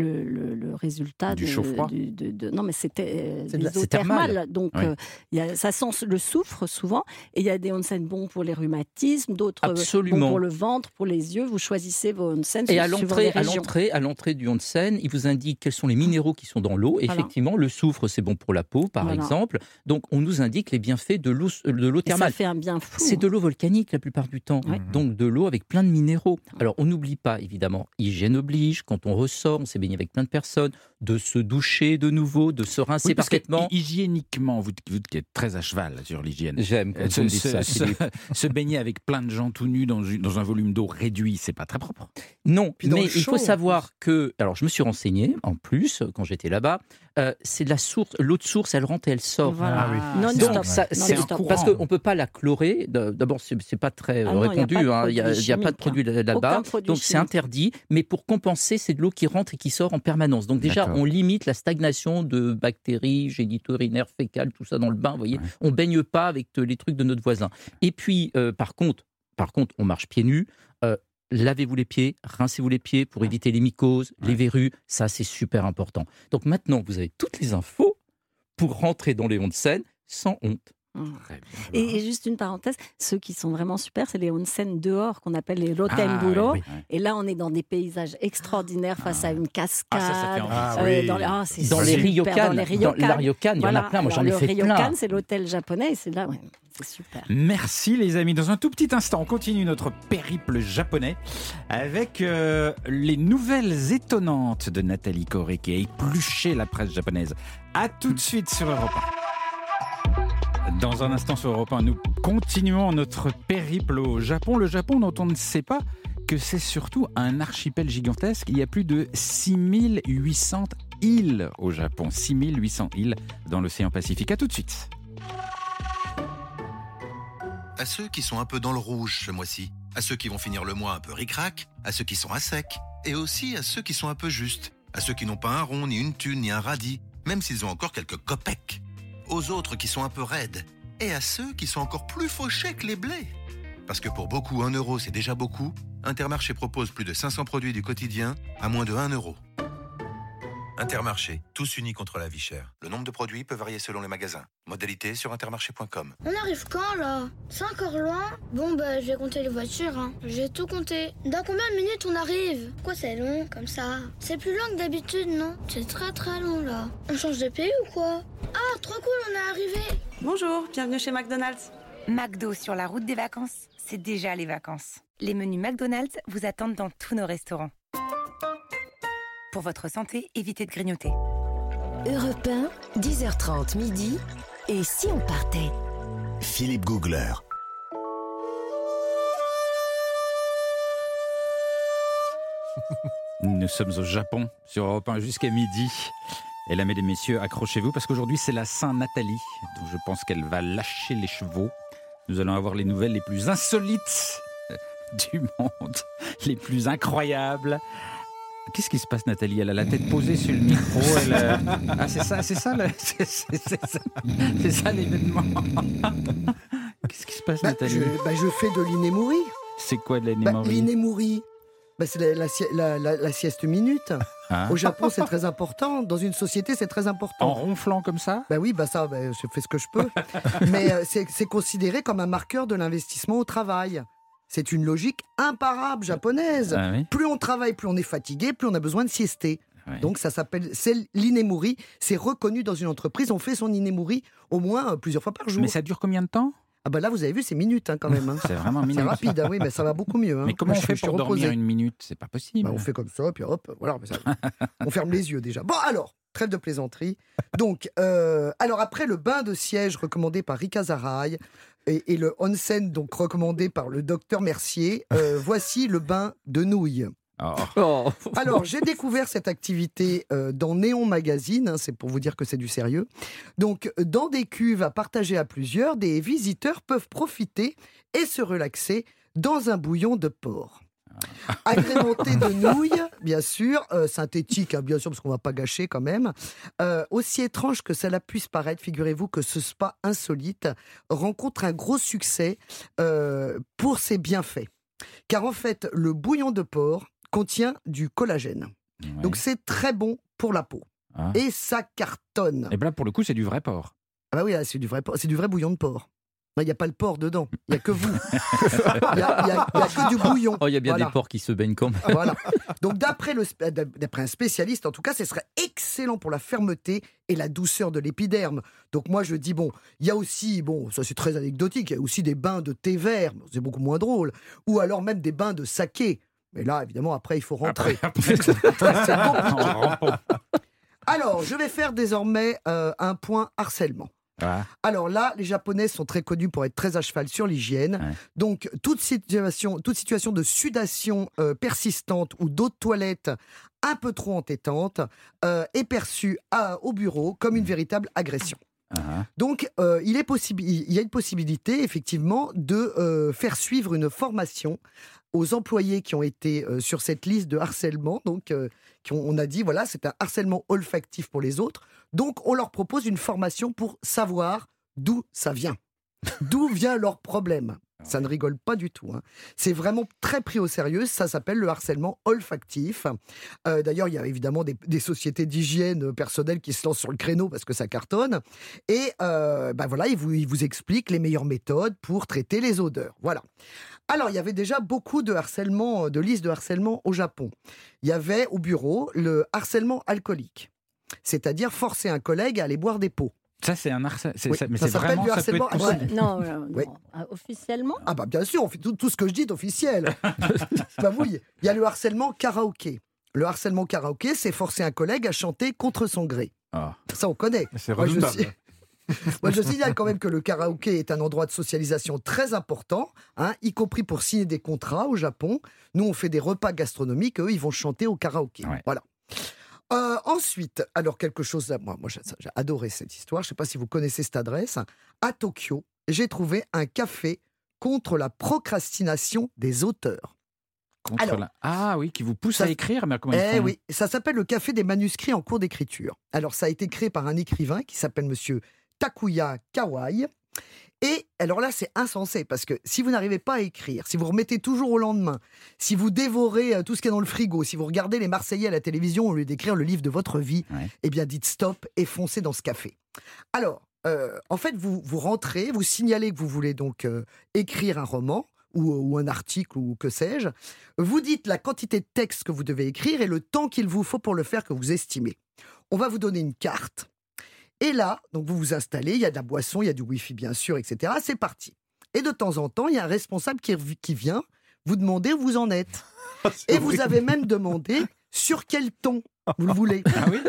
résultat du chaud-froid. Non, mais c'était des eaux thermales. Donc, ça sent le soufre souvent. Et il y a des onsen bons pour les rhumatismes, d'autres bons pour le ventre, pour les yeux. Vous choisissez vos onsen. Et à l'entrée du onsen, il vous indique quels sont les minéraux qui sont dans l'eau. Effectivement, le soufre, c'est bon pour la peau, par exemple. Donc, on nous indique les bienfaits de l'eau thermale. Et ça fait un bien fou. C'est de l'eau volcanique la plupart du temps. Donc, de l'eau avec plein de minéraux. Alors, on n'oublie pas, évidemment, hygiène oblige. Quand on ressort, on s'est baigné avec plein de personnes, de se doucher de nouveau, de se rincer parfaitement. Hygiéniquement, vous qui êtes très à cheval sur l'hygiène. J'aime quand on dit ça. Se baigner avec plein de gens tout nus dans un volume d'eau réduit, c'est pas très propre. Non, mais il faut savoir que... Alors, je me suis renseigné, en plus, quand j'étais là-bas, c'est de la source, l'eau de source, elle rentre et elle sort. Voilà. Ah oui. Non-stop. Donc, c'est un Non-stop. parce qu'on ne peut pas la chlorer. D'abord, c'est pas très Ah non, répandu. Il n'y a pas de produit là-bas. Aucun produit Donc, c'est chimique. interdit. Mais pour compenser, c'est de l'eau qui rentre et qui sort en permanence. Donc, déjà, D'accord. on limite la stagnation de bactéries, génito-urinaires, fécales, tout ça dans le bain. Vous voyez, on ne baigne pas avec les trucs de notre voisin. Et puis, par contre, on marche pieds nus. Lavez-vous les pieds, rincez-vous les pieds pour éviter les mycoses, les verrues. Ça, c'est super important. Donc, maintenant, vous avez toutes les infos pour rentrer dans les onsen sans honte. Très bien. Et juste une parenthèse, ceux qui sont vraiment super, c'est les onsen dehors qu'on appelle les Rotemburo. oui. Et là, on est dans des paysages extraordinaires face à une cascade. ça fait envie. Ah oui. C'est Dans les super, ryokan, dans les dans ryokan. la ryokan, il y en a Voilà. plein. Moi, j'en ai Alors, fait le plein. ryokan, c'est l'hôtel japonais et c'est là, ouais, c'est super. Merci les amis. Dans un tout petit instant, on continue notre périple japonais avec les nouvelles étonnantes de Nathalie Corée qui a épluché la presse japonaise. A tout de suite sur Europe 1. Dans un instant sur Europe 1, nous continuons notre périple au Japon. Le Japon dont on ne sait pas que c'est surtout un archipel gigantesque. Il y a plus de 6800 îles au Japon. 6800 îles dans l'océan Pacifique. A tout de suite. À ceux qui sont un peu dans le rouge ce mois-ci, à ceux qui vont finir le mois un peu ric-rac, à ceux qui sont à sec, et aussi à ceux qui sont un peu justes, à ceux qui n'ont pas un rond, ni une thune, ni un radis, même s'ils ont encore quelques copecs, aux autres qui sont un peu raides, et à ceux qui sont encore plus fauchés que les blés. Parce que pour beaucoup, 1 euro c'est déjà beaucoup, Intermarché propose plus de 500 produits du quotidien à moins de 1 euro. Intermarché, tous unis contre la vie chère. Le nombre de produits peut varier selon les magasins. Modalité sur intermarché.com. On arrive quand là? C'est encore loin? Bon je vais compter les voitures, hein. J'ai tout compté. Dans combien de minutes on arrive? Pourquoi c'est long comme ça? C'est plus long que d'habitude, non? C'est très très long là. On change de pays ou quoi? Ah, trop cool, on est arrivé. Bonjour, bienvenue chez McDonald's. McDo sur la route des vacances, c'est déjà les vacances. Les menus McDonald's vous attendent dans tous nos restaurants. Pour votre santé, évitez de grignoter. Europe 1, 10h30 midi. Et si on partait? Philippe Googler. Nous sommes au Japon sur Europe 1 jusqu'à midi. Et là, mesdames et messieurs, accrochez-vous parce qu'aujourd'hui c'est la Saint-Nathalie, dont je pense qu'elle va lâcher les chevaux. Nous allons avoir les nouvelles les plus insolites du monde, les plus incroyables. Qu'est-ce qui se passe, Nathalie? Elle a la tête posée sur le micro. Ah, c'est ça l'événement. Qu'est-ce qui se passe, Nathalie? Je fais de l'inémourie. C'est quoi de l'anémorie? L'inémourie, c'est la sieste minute. Hein? Au Japon, c'est très important. Dans une société, c'est très important. En ronflant comme ça? Oui, je fais ce que je peux. Mais c'est considéré comme un marqueur de l'investissement au travail. C'est une logique imparable japonaise. Ah oui? Plus on travaille, plus on est fatigué, plus on a besoin de siester. Oui. Donc c'est l'inémourie. C'est reconnu dans une entreprise. On fait son inémourie au moins plusieurs fois par jour. Mais ça dure combien de temps? Ah bah là, vous avez vu, c'est minutes quand même. Hein. C'est vraiment C'est minute. rapide, oui, mais ça va beaucoup mieux. Hein. Mais comment Moi, on fait je suis pour dormir reposé. une minute? C'est pas possible. On fait comme ça, puis hop, voilà. On ferme les yeux déjà. Bon, alors, trêve de plaisanterie. Donc, alors après le bain de siège recommandé par Rika Zaraï et le onsen donc recommandé par le docteur Mercier, voici le bain de nouilles. Oh. Alors, j'ai découvert cette activité dans Néon Magazine, hein, c'est pour vous dire que c'est du sérieux. Donc, dans des cuves à partager à plusieurs, des visiteurs peuvent profiter et se relaxer dans un bouillon de porc. Agrémenté de nouilles, bien sûr, synthétique, hein, bien sûr, parce qu'on ne va pas gâcher quand même. Aussi étrange que cela puisse paraître, figurez-vous que ce spa insolite rencontre un gros succès pour ses bienfaits. Car en fait, le bouillon de porc contient du collagène. Ouais. Donc c'est très bon pour la peau. Ah. Et ça cartonne. Et bien là, pour le coup, c'est du vrai porc. Ah bah oui, là, c'est du vrai bouillon de porc. Il n'y a pas le porc dedans, il n'y a que vous. Il n'y a que du bouillon. Oh, il y a bien Voilà. des porcs qui se baignent quand même. Voilà. Donc d'après un spécialiste, en tout cas, ce serait excellent pour la fermeté et la douceur de l'épiderme. Donc moi je dis, il y a aussi, ça c'est très anecdotique, il y a aussi des bains de thé vert, c'est beaucoup moins drôle, ou alors même des bains de saké. Mais là, évidemment, après, il faut rentrer. Après, C'est compliqué. Alors, je vais faire désormais un point harcèlement. Ah. Alors là, les Japonais sont très connus pour être très à cheval sur l'hygiène. Ouais. Donc, toute situation de sudation persistante ou d'eau de toilette un peu trop entêtante est perçue au bureau comme une véritable agression. Donc, il y a une possibilité, effectivement, de faire suivre une formation aux employés qui ont été sur cette liste de harcèlement. Donc, on a dit, voilà, c'est un harcèlement olfactif pour les autres. Donc, on leur propose une formation pour savoir d'où ça vient. D'où vient leur problème. Ça ne rigole pas du tout. C'est vraiment très pris au sérieux. Ça s'appelle le harcèlement olfactif. D'ailleurs, il y a évidemment des sociétés d'hygiène personnelle qui se lancent sur le créneau parce que ça cartonne. Et voilà, ils vous expliquent les meilleures méthodes pour traiter les odeurs. Voilà. Alors, il y avait déjà beaucoup de listes de harcèlement au Japon. Il y avait au bureau le harcèlement alcoolique. C'est-à-dire forcer un collègue à aller boire des pots. Ça, c'est un harcèlement. Oui, mais ça c'est s'appelle vraiment, du ça peut harcèlement. être possible. Non, Oui. officiellement. Ah bah bien sûr, tout ce que je dis est officiel. Bah oui, il y a le harcèlement karaoké. Le harcèlement karaoké, c'est forcer un collègue à chanter contre son gré. Ça, on connaît. C'est redoutable. Moi, je signale quand même que le karaoké est un endroit de socialisation très important, y compris pour signer des contrats au Japon. Nous, on fait des repas gastronomiques, eux, ils vont chanter au karaoké. Ouais. Voilà. Ensuite, alors quelque chose, moi j'ai adoré cette histoire, je ne sais pas si vous connaissez cette adresse, à Tokyo, j'ai trouvé un café contre la procrastination des auteurs. Ah oui, qui vous pousse à écrire, mais comment ils font ? Oui, ça s'appelle le café des manuscrits en cours d'écriture. Alors ça a été créé par un écrivain qui s'appelle monsieur Takuya Kawai. Et alors là, c'est insensé, parce que si vous n'arrivez pas à écrire, si vous remettez toujours au lendemain, si vous dévorez tout ce qu'il y a dans le frigo, si vous regardez les Marseillais à la télévision au lieu d'écrire le livre de votre vie, eh bien dites stop et foncez dans ce café. Alors, en fait, vous rentrez, vous signalez que vous voulez donc écrire un roman, ou un article, ou que sais-je. Vous dites la quantité de texte que vous devez écrire et le temps qu'il vous faut pour le faire que vous estimez. On va vous donner une carte. Et là, donc vous vous installez, il y a de la boisson, il y a du wifi bien sûr, etc. C'est parti. Et de temps en temps, il y a un responsable qui vient vous demander où vous en êtes. Et vous avez même demandé sur quel ton vous le voulez. Ah oui.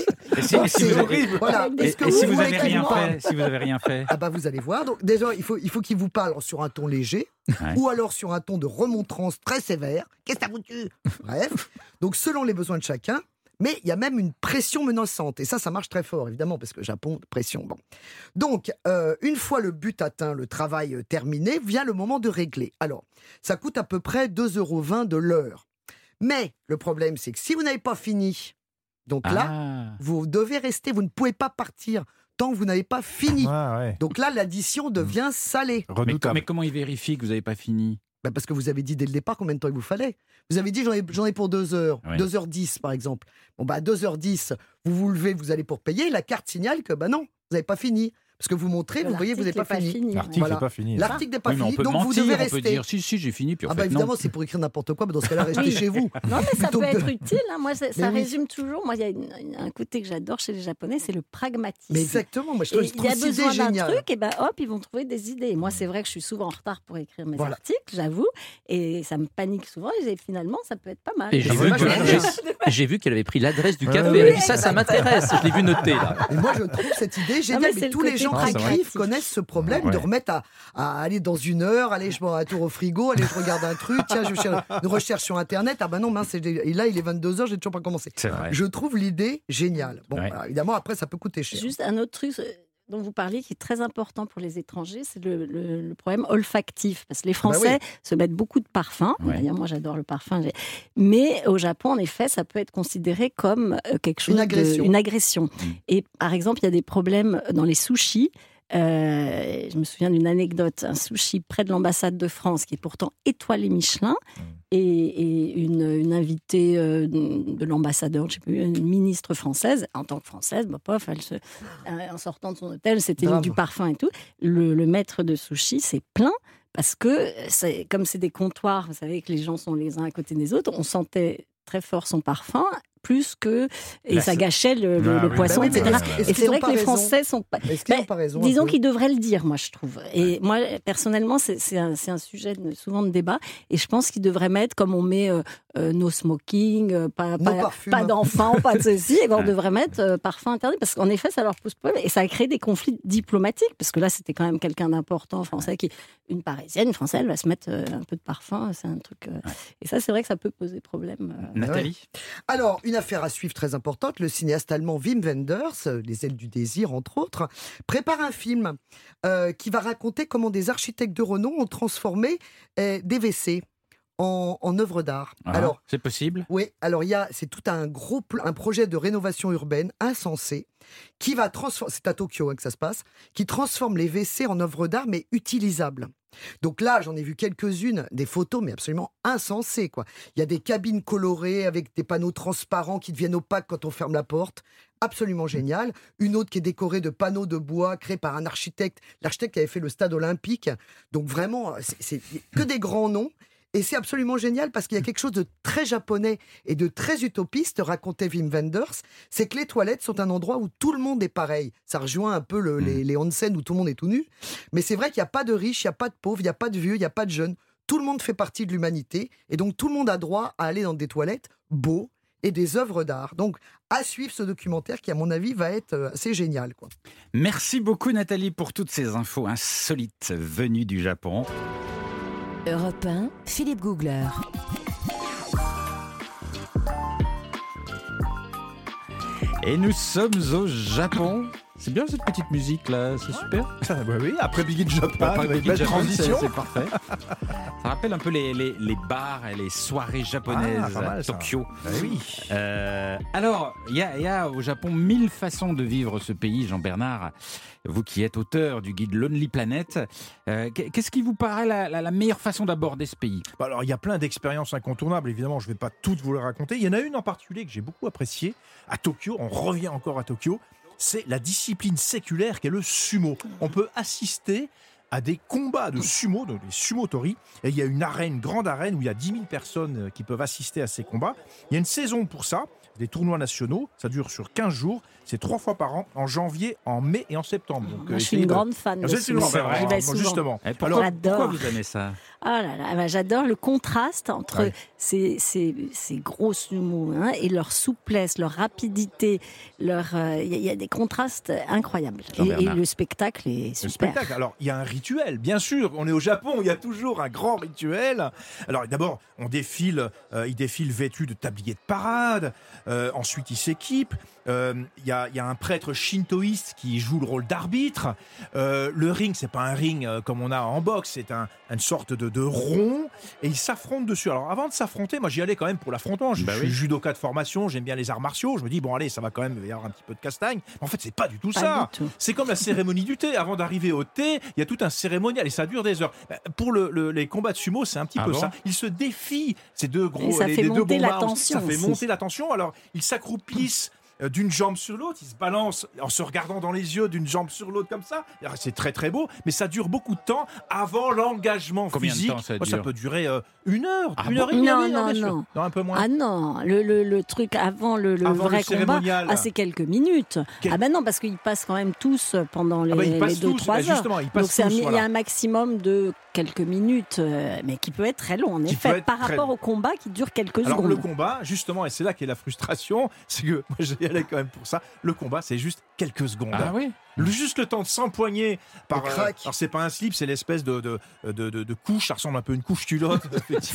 C'est horrible. Voilà. Et si vous n'avez rien fait, si vous avez rien fait, ah bah vous allez voir. Donc déjà, il faut qu'il vous parle sur un ton léger, ou alors sur un ton de remontrance très sévère. Qu'est-ce que t'as foutu ? Bref. Donc selon les besoins de chacun. Mais il y a même une pression menaçante. Et ça marche très fort, évidemment, parce que Japon, pression. Bon. Donc, une fois le but atteint, le travail terminé, vient le moment de régler. Alors, ça coûte à peu près 2,20 € de l'heure. Mais le problème, c'est que si vous n'avez pas fini, donc là, vous devez rester, vous ne pouvez pas partir tant que vous n'avez pas fini. Donc là, l'addition devient salée. Mais comment ils vérifient que vous n'avez pas fini ? Parce que vous avez dit dès le départ combien de temps il vous fallait. Vous avez dit j'en ai pour 2 heures, 2h10 par exemple. Bon, 2h10, vous vous levez, vous allez pour payer, la carte signale que non, vous n'avez pas fini. Parce que vous montrez, vous voyez, vous n'avez pas fini. L'article n'est pas fini. L'article n'est pas fini, donc vous devez rester. On peut dire si, j'ai fini, puis en fait, évidemment, non. c'est pour écrire n'importe quoi, mais dans ce cas-là, restez chez vous. Non, mais ça peut être utile. Moi, ça résume toujours. Moi, il y a un côté que j'adore chez les Japonais, c'est le pragmatisme. Mais exactement, moi je trouve il y a besoin d'un génial. truc, et hop, ils vont trouver des idées. Et moi, c'est vrai que je suis souvent en retard pour écrire mes articles, j'avoue, et ça me panique souvent. Et finalement, ça peut être pas mal. Et j'ai vu qu'elle avait pris l'adresse du café. Elle a dit ça m'intéresse. Je l'ai vu noter là. Et moi, je trouve cette idée géniale. Mais tous les gens qui écrivent connaissent ce problème de remettre à aller dans 1 heure, allez, je bois un tour au frigo, allez, je regarde un truc, tiens, je cherche une recherche sur Internet, ah non, mince, et là, il est 22h, j'ai toujours pas commencé. Je trouve l'idée géniale. Bon, alors, évidemment, après, ça peut coûter cher. Juste un autre truc dont vous parliez qui est très important pour les étrangers, c'est le problème olfactif. Parce que les Français se mettent beaucoup de parfums. D'ailleurs, moi, j'adore le parfum. Mais au Japon, en effet, ça peut être considéré comme quelque chose une agression. Et par exemple, il y a des problèmes dans les sushis. Je me souviens d'une anecdote, un sushi près de l'ambassade de France, qui est pourtant étoilé Michelin, et une invitée de l'ambassadeur, je ne sais plus, une ministre française, en tant que française, en sortant de son hôtel, c'était du parfum et tout. Le maître de sushi s'est plaint, parce que comme c'est des comptoirs, vous savez que les gens sont les uns à côté des autres, on sentait très fort son parfum, plus que... Et ça gâchait le poisson, etc. Et c'est vrai que les Français sont pas... Disons qu'ils devraient le dire, moi, je trouve. Et moi, personnellement, c'est un sujet souvent de débat. Et je pense qu'ils devraient mettre, comme on met no smoking, pas parfum. d'enfants, pas de ceci, et on devrait mettre parfum interdit, parce qu'en effet, ça leur pose problème, et ça a créé des conflits diplomatiques, parce que là, c'était quand même quelqu'un d'important français, une Parisienne, une Française, elle va se mettre un peu de parfum, c'est un truc... Et ça, c'est vrai que ça peut poser problème. Nathalie ? Alors, une affaire à suivre très importante, le cinéaste allemand Wim Wenders, Les ailes du désir entre autres, prépare un film qui va raconter comment des architectes de renom ont transformé des WC en œuvres d'art. Alors, c'est possible ? Oui, alors c'est tout un projet de rénovation urbaine insensé qui va transformer, c'est à Tokyo que ça se passe, qui transforme les WC en œuvres d'art mais utilisables. Donc là, j'en ai vu quelques-unes, des photos, mais absolument insensées, quoi. Il y a des cabines colorées avec des panneaux transparents qui deviennent opaques quand on ferme la porte. Absolument génial. Une autre qui est décorée de panneaux de bois créés par un architecte. L'architecte qui avait fait le stade olympique. Donc vraiment, c'est que des grands noms. Et c'est absolument génial parce qu'il y a quelque chose de très japonais et de très utopiste, racontait Wim Wenders, c'est que les toilettes sont un endroit où tout le monde est pareil. Ça rejoint un peu les onsen où tout le monde est tout nu. Mais c'est vrai qu'il n'y a pas de riches, il n'y a pas de pauvres, il n'y a pas de vieux, il n'y a pas de jeunes. Tout le monde fait partie de l'humanité et donc tout le monde a droit à aller dans des toilettes beaux et des œuvres d'art. Donc à suivre ce documentaire qui, à mon avis, va être assez génial, quoi. Merci beaucoup Nathalie pour toutes ces infos insolites venues du Japon. Europe 1, Philippe Googler. Et nous sommes au Japon. C'est bien cette petite musique là, c'est super. Oui, après Biggie Japan, Après belle transition. c'est parfait. Ça rappelle un peu les bars et les soirées japonaises à Tokyo. Oui. Alors, il y a au Japon 1000 façons de vivre ce pays, Jean-Bernard. Vous qui êtes auteur du guide Lonely Planet, qu'est-ce qui vous paraît la meilleure façon d'aborder ce pays ? Alors, il y a plein d'expériences incontournables, évidemment, je ne vais pas toutes vous les raconter. Il y en a une en particulier que j'ai beaucoup appréciée, à Tokyo, on revient encore à Tokyo, c'est la discipline séculaire qu'est le sumo. On peut assister à des combats de sumo, donc les sumotori, et il y a une grande arène où il y a 10 000 personnes qui peuvent assister à ces combats. Il y a une saison pour ça, des tournois nationaux, ça dure sur 15 jours, c'est 3 fois par an, en janvier, en mai et en septembre. Donc, moi, je suis une grande fan de sumo. J'y vais souvent. Justement. Pourquoi vous aimez ça ? Ah là là, j'adore le contraste entre ces gros sumo et leur souplesse, leur rapidité, il y a des contrastes incroyables. Et le spectacle est super. Le spectacle, alors il y a un rituel, bien sûr, on est au Japon, il y a toujours un grand rituel. Alors d'abord, ils défilent vêtus de tabliers de parade, ensuite ils s'équipent. Il y a un prêtre shintoïste qui joue le rôle d'arbitre. Le ring, c'est pas un ring comme on a en boxe, c'est une sorte de rond et ils s'affrontent dessus. Alors avant de s'affronter, moi j'y allais quand même pour l'affrontement. Je suis judoka de formation, j'aime bien les arts martiaux. Je me dis bon allez, ça va quand même y avoir un petit peu de castagne. Mais en fait, c'est pas du tout ça. C'est comme la cérémonie du thé. Avant d'arriver au thé, il y a tout un cérémonial et ça dure des heures. Pour les combats de sumo, c'est un petit peu ça. Ils se défient. Ces deux gros, et ça fait monter la tension. Ça fait monter la tension. Alors ils s'accroupissent d'une jambe sur l'autre, ils se balancent en se regardant dans les yeux d'une jambe sur l'autre comme ça. C'est très très beau, mais ça dure beaucoup de temps avant l'engagement physique. Combien de temps ça peut durer 1 heure, heure et demie. Non, un peu moins. Ah non, le truc avant le vrai combat, c'est quelques minutes. Ah ben non, parce qu'ils passent quand même tous pendant les 2-3 heures. Donc il y a un maximum de quelques minutes, mais qui peut être très long en effet, par rapport au combat qui dure quelques secondes. Alors le combat, justement, et c'est là qu'est la frustration, c'est que moi j'y allais quand même pour ça, le combat c'est juste quelques secondes. Ah oui. Juste le temps de s'empoigner par alors c'est pas un slip, c'est l'espèce de couche, ça ressemble un peu à une couche culotte.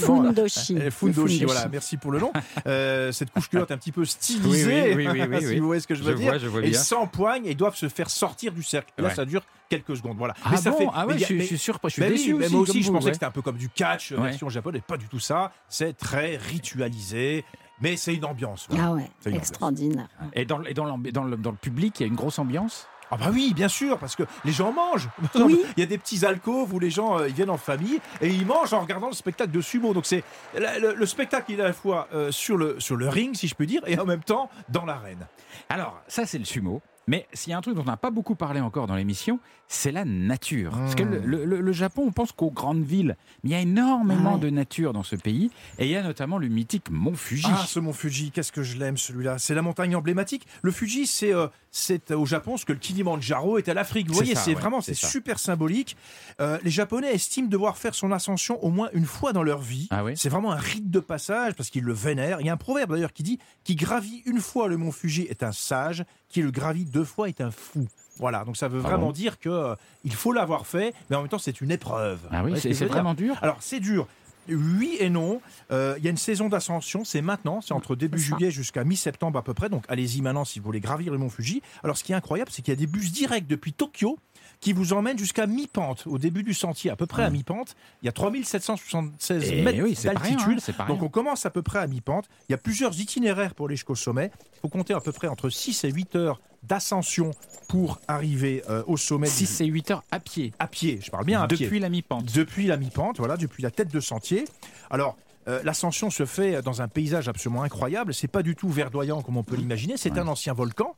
Fundoshi, voilà, merci pour le nom. Cette couche culotte un petit peu stylisée, si vous voyez ce que je veux dire. Je vois et bien. ils s'empoignent et ils doivent se faire sortir du cercle. Là, ça dure quelques secondes, voilà. Ah mais ça fait. Je suis sûr, je suis déçu aussi. Moi aussi, je pensais que c'était un peu comme du catch version japonaise, pas du tout ça. C'est très ritualisé. Mais c'est une ambiance. Voilà. Ah ouais, extraordinaire. Et dans le public, il y a une grosse ambiance ? Ah bah oui, bien sûr, parce que les gens mangent. Oui. Il y a des petits alcôves où les gens ils viennent en famille et ils mangent en regardant le spectacle de sumo. Donc c'est le spectacle, il est à la fois sur le ring, si je peux dire, et en même temps dans l'arène. Alors ça c'est le sumo. Mais s'il y a un truc dont on n'a pas beaucoup parlé encore dans l'émission, c'est la nature. Parce que le Japon, on pense qu'aux grandes villes, mais il y a énormément de nature dans ce pays. Et il y a notamment le mythique mont Fuji. Ah, ce mont Fuji, qu'est-ce que je l'aime celui-là. C'est la montagne emblématique. Le Fuji, c'est au Japon ce que le Kilimandjaro est à l'Afrique. Vous voyez, c'est vraiment super symbolique. Les Japonais estiment devoir faire son ascension au moins une fois dans leur vie. Ah oui. C'est vraiment un rite de passage parce qu'ils le vénèrent. Il y a un proverbe d'ailleurs qui dit « Qui gravit une fois le mont Fuji est un sage, qui le gravit 2 fois est un fou ». Voilà, donc ça veut vraiment dire qu'il faut l'avoir fait, mais en même temps c'est une épreuve. Ah oui, c'est vraiment dur. Alors c'est dur. Oui et non. Il y a une saison d'ascension, c'est maintenant, c'est entre début juillet jusqu'à mi-septembre à peu près. Donc allez-y maintenant si vous voulez gravir le mont Fuji. Alors ce qui est incroyable, c'est qu'il y a des bus directs depuis Tokyo qui vous emmènent jusqu'à mi-pente, au début du sentier, à peu près à mi-pente. Il y a 3776 mètres d'altitude. Donc on commence à peu près à mi-pente. Il y a plusieurs itinéraires pour aller jusqu'au sommet. Il faut compter à peu près entre 6 et 8 heures d'ascension pour arriver au sommet. 6 et 8 heures à pied. À pied, je parle bien à pied. Depuis la mi-pente. Depuis la mi-pente, voilà, depuis la tête de sentier. Alors, l'ascension se fait dans un paysage absolument incroyable. C'est pas du tout verdoyant comme on peut l'imaginer. C'est un ancien volcan.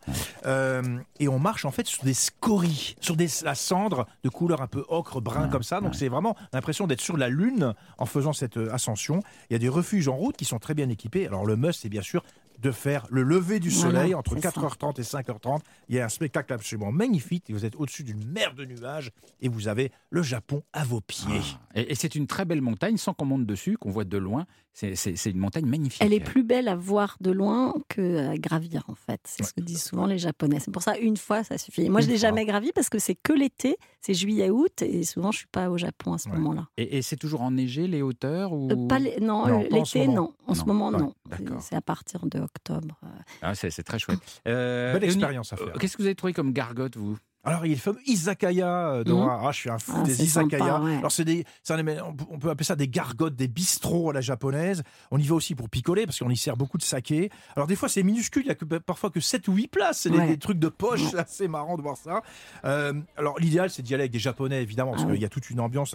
Et on marche en fait sur des scories, sur la cendre de couleur un peu ocre, brun comme ça. Donc c'est vraiment l'impression d'être sur la Lune en faisant cette ascension. Il y a des refuges en route qui sont très bien équipés. Alors le must, c'est bien sûr de faire le lever du soleil entre 4h30 et 5h30. Il y a un spectacle absolument magnifique. Et vous êtes au-dessus d'une mer de nuages et vous avez le Japon à vos pieds. Et c'est une très belle montagne, sans qu'on monte dessus, qu'on voit de loin. C'est une montagne magnifique. Elle est plus belle à voir de loin que à gravir, en fait. C'est ce que disent souvent les Japonais. C'est pour ça, une fois, ça suffit. Moi, je ne l'ai jamais gravi parce que c'est que l'été. C'est juillet-août. Et souvent, je ne suis pas au Japon à ce moment-là. Et c'est toujours enneigé, les hauteurs ou... Non, l'été, non. En ce moment, non. D'accord. C'est à partir de octobre. Ah, c'est très chouette. Belle expérience à faire. Qu'est-ce que vous avez trouvé comme gargote, vous ? Alors, il y a le fameux izakaya. Je suis un fou des izakaya. Sympa, ouais. Alors, on peut appeler ça des gargotes, des bistrots à la japonaise. On y va aussi pour picoler parce qu'on y sert beaucoup de saké. Alors, des fois, c'est minuscule. Il y a parfois que 7 ou 8 places. C'est des trucs de poche. C'est assez marrant de voir ça. Alors, l'idéal, c'est d'y aller avec des Japonais, évidemment, parce qu'il y a toute une ambiance.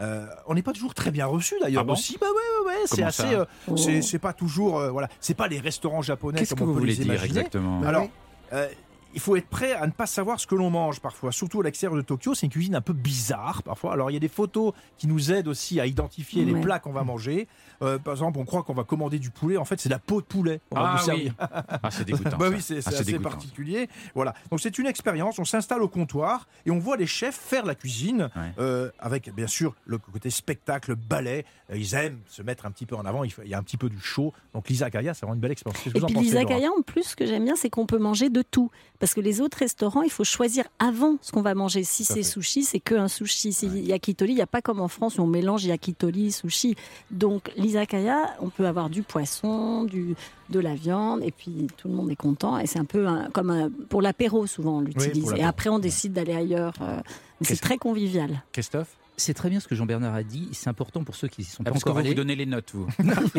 On n'est pas toujours très bien reçus, d'ailleurs. Aussi, ouais. C'est assez. C'est pas toujours. Voilà. C'est pas les restaurants japonais comme on peut les imaginer. Exactement. Alors. Il faut être prêt à ne pas savoir ce que l'on mange parfois, surtout à l'extérieur de Tokyo. C'est une cuisine un peu bizarre parfois. Alors il y a des photos qui nous aident aussi à identifier les plats qu'on va manger. Par exemple, on croit qu'on va commander du poulet. En fait, c'est la peau de poulet qu'on va nous servir. C'est dégoûtant. Oui, c'est assez dégoûtant. Particulier. Voilà. Donc c'est une expérience. On s'installe au comptoir et on voit les chefs faire la cuisine avec bien sûr le côté spectacle, ballet. Ils aiment se mettre un petit peu en avant. Il y a un petit peu du show. Donc l'izakaya, c'est vraiment une belle expérience. Et puis l'izakaya, en plus, ce que j'aime bien, c'est qu'on peut manger de tout. Parce que les autres restaurants, il faut choisir avant ce qu'on va manger. Si c'est sushi, c'est qu'un sushi. Si yakitori, il n'y a pas comme en France où on mélange yakitori, sushi. Donc l'izakaya, on peut avoir du poisson, de la viande, et puis tout le monde est content. Et c'est un peu pour l'apéro, souvent, on l'utilise. Et après, on décide d'aller ailleurs. Mais c'est très convivial. Christophe ? C'est très bien ce que Jean-Bernard a dit. C'est important pour ceux qui y sont pas parce encore allés. Vous donnez les notes, vous.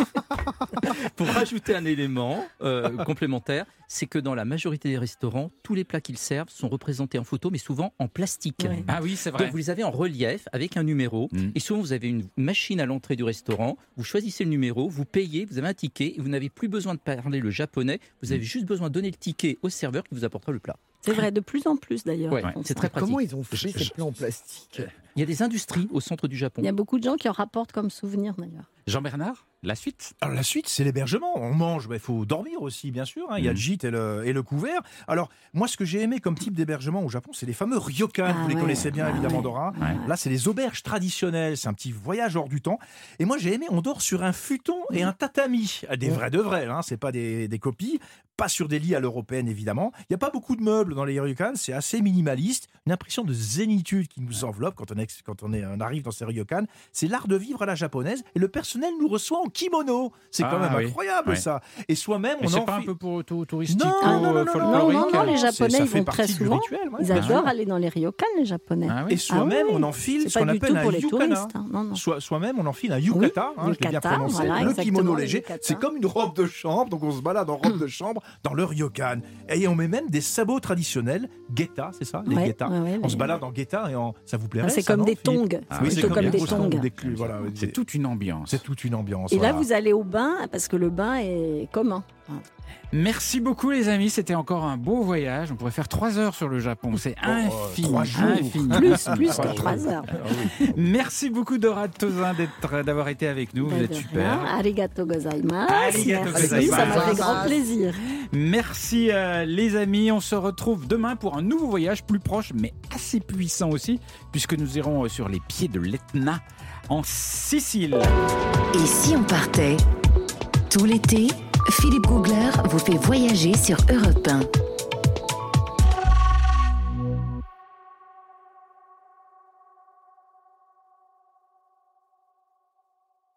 Pour rajouter un élément complémentaire, c'est que dans la majorité des restaurants, tous les plats qu'ils servent sont représentés en photo, mais souvent en plastique. Oui. Ah oui, c'est vrai. Donc vous les avez en relief avec un numéro. Et souvent, vous avez une machine à l'entrée du restaurant. Vous choisissez le numéro, vous payez, vous avez un ticket. Et vous n'avez plus besoin de parler le japonais. Vous avez juste besoin de donner le ticket au serveur qui vous apportera le plat. C'est vrai, de plus en plus d'ailleurs. C'est très pratique. Comment ils ont fait ces plats en plastique ? Il y a des industries au centre du Japon. Il y a beaucoup de gens qui en rapportent comme souvenir d'ailleurs. Jean-Bernard, la suite ? Alors la suite, c'est l'hébergement. On mange, il faut dormir aussi, bien sûr. Il y a le gîte et le couvert. Alors moi, ce que j'ai aimé comme type d'hébergement au Japon, c'est les fameux ryokan. Vous les connaissez bien, évidemment, Dora. Là, c'est les auberges traditionnelles. C'est un petit voyage hors du temps. Et moi, j'ai aimé, on dort sur un futon et un tatami. Des vrais de vrais, c'est pas des copies. Pas sur des lits à l'européenne, évidemment. Il n'y a pas beaucoup de meubles dans les ryokan, c'est assez minimaliste. Une impression de zénitude qui nous enveloppe quand on arrive dans ces ryokan. C'est l'art de vivre à la japonaise et le personnel nous reçoit en kimono. C'est quand même incroyable, ça. Et soi-même, on c'est pas un peu pour touristique non, les Japonais, ils vont très souvent. Ils adorent aller dans les ryokan, les Japonais. Et soi-même, on enfile ce qu'on appelle un yukata. Soi-même, on enfile un yukata, je l'ai bien prononcé, le kimono léger. C'est comme une robe de chambre, donc on se balade en robe de chambre dans le ryokan. Et on met même des sabots traditionnels, guetta, c'est ça, les guetta. On se balade en guetta et ça vous plairait? C'est ça, comme des tongs. Oui, c'est comme des tongs. Voilà, c'est toute une ambiance. C'est toute une ambiance. Et là, vous allez au bain parce que le bain est commun. Merci beaucoup les amis, c'était encore un beau voyage. On pourrait faire 3 heures sur le Japon, c'est infini. 3 jours. Plus que 3 heures. Merci beaucoup Dora Tozin d'avoir été avec nous, vous êtes super. Arigato gozaimasu. Arigato gozaimasu. Ça m'a fait grand plaisir. Merci les amis, on se retrouve demain pour un nouveau voyage plus proche mais assez puissant aussi, puisque nous irons sur les pieds de l'Etna en Sicile. Et si on partait? Tout l'été, Philippe Googler vous fait voyager sur Europe 1.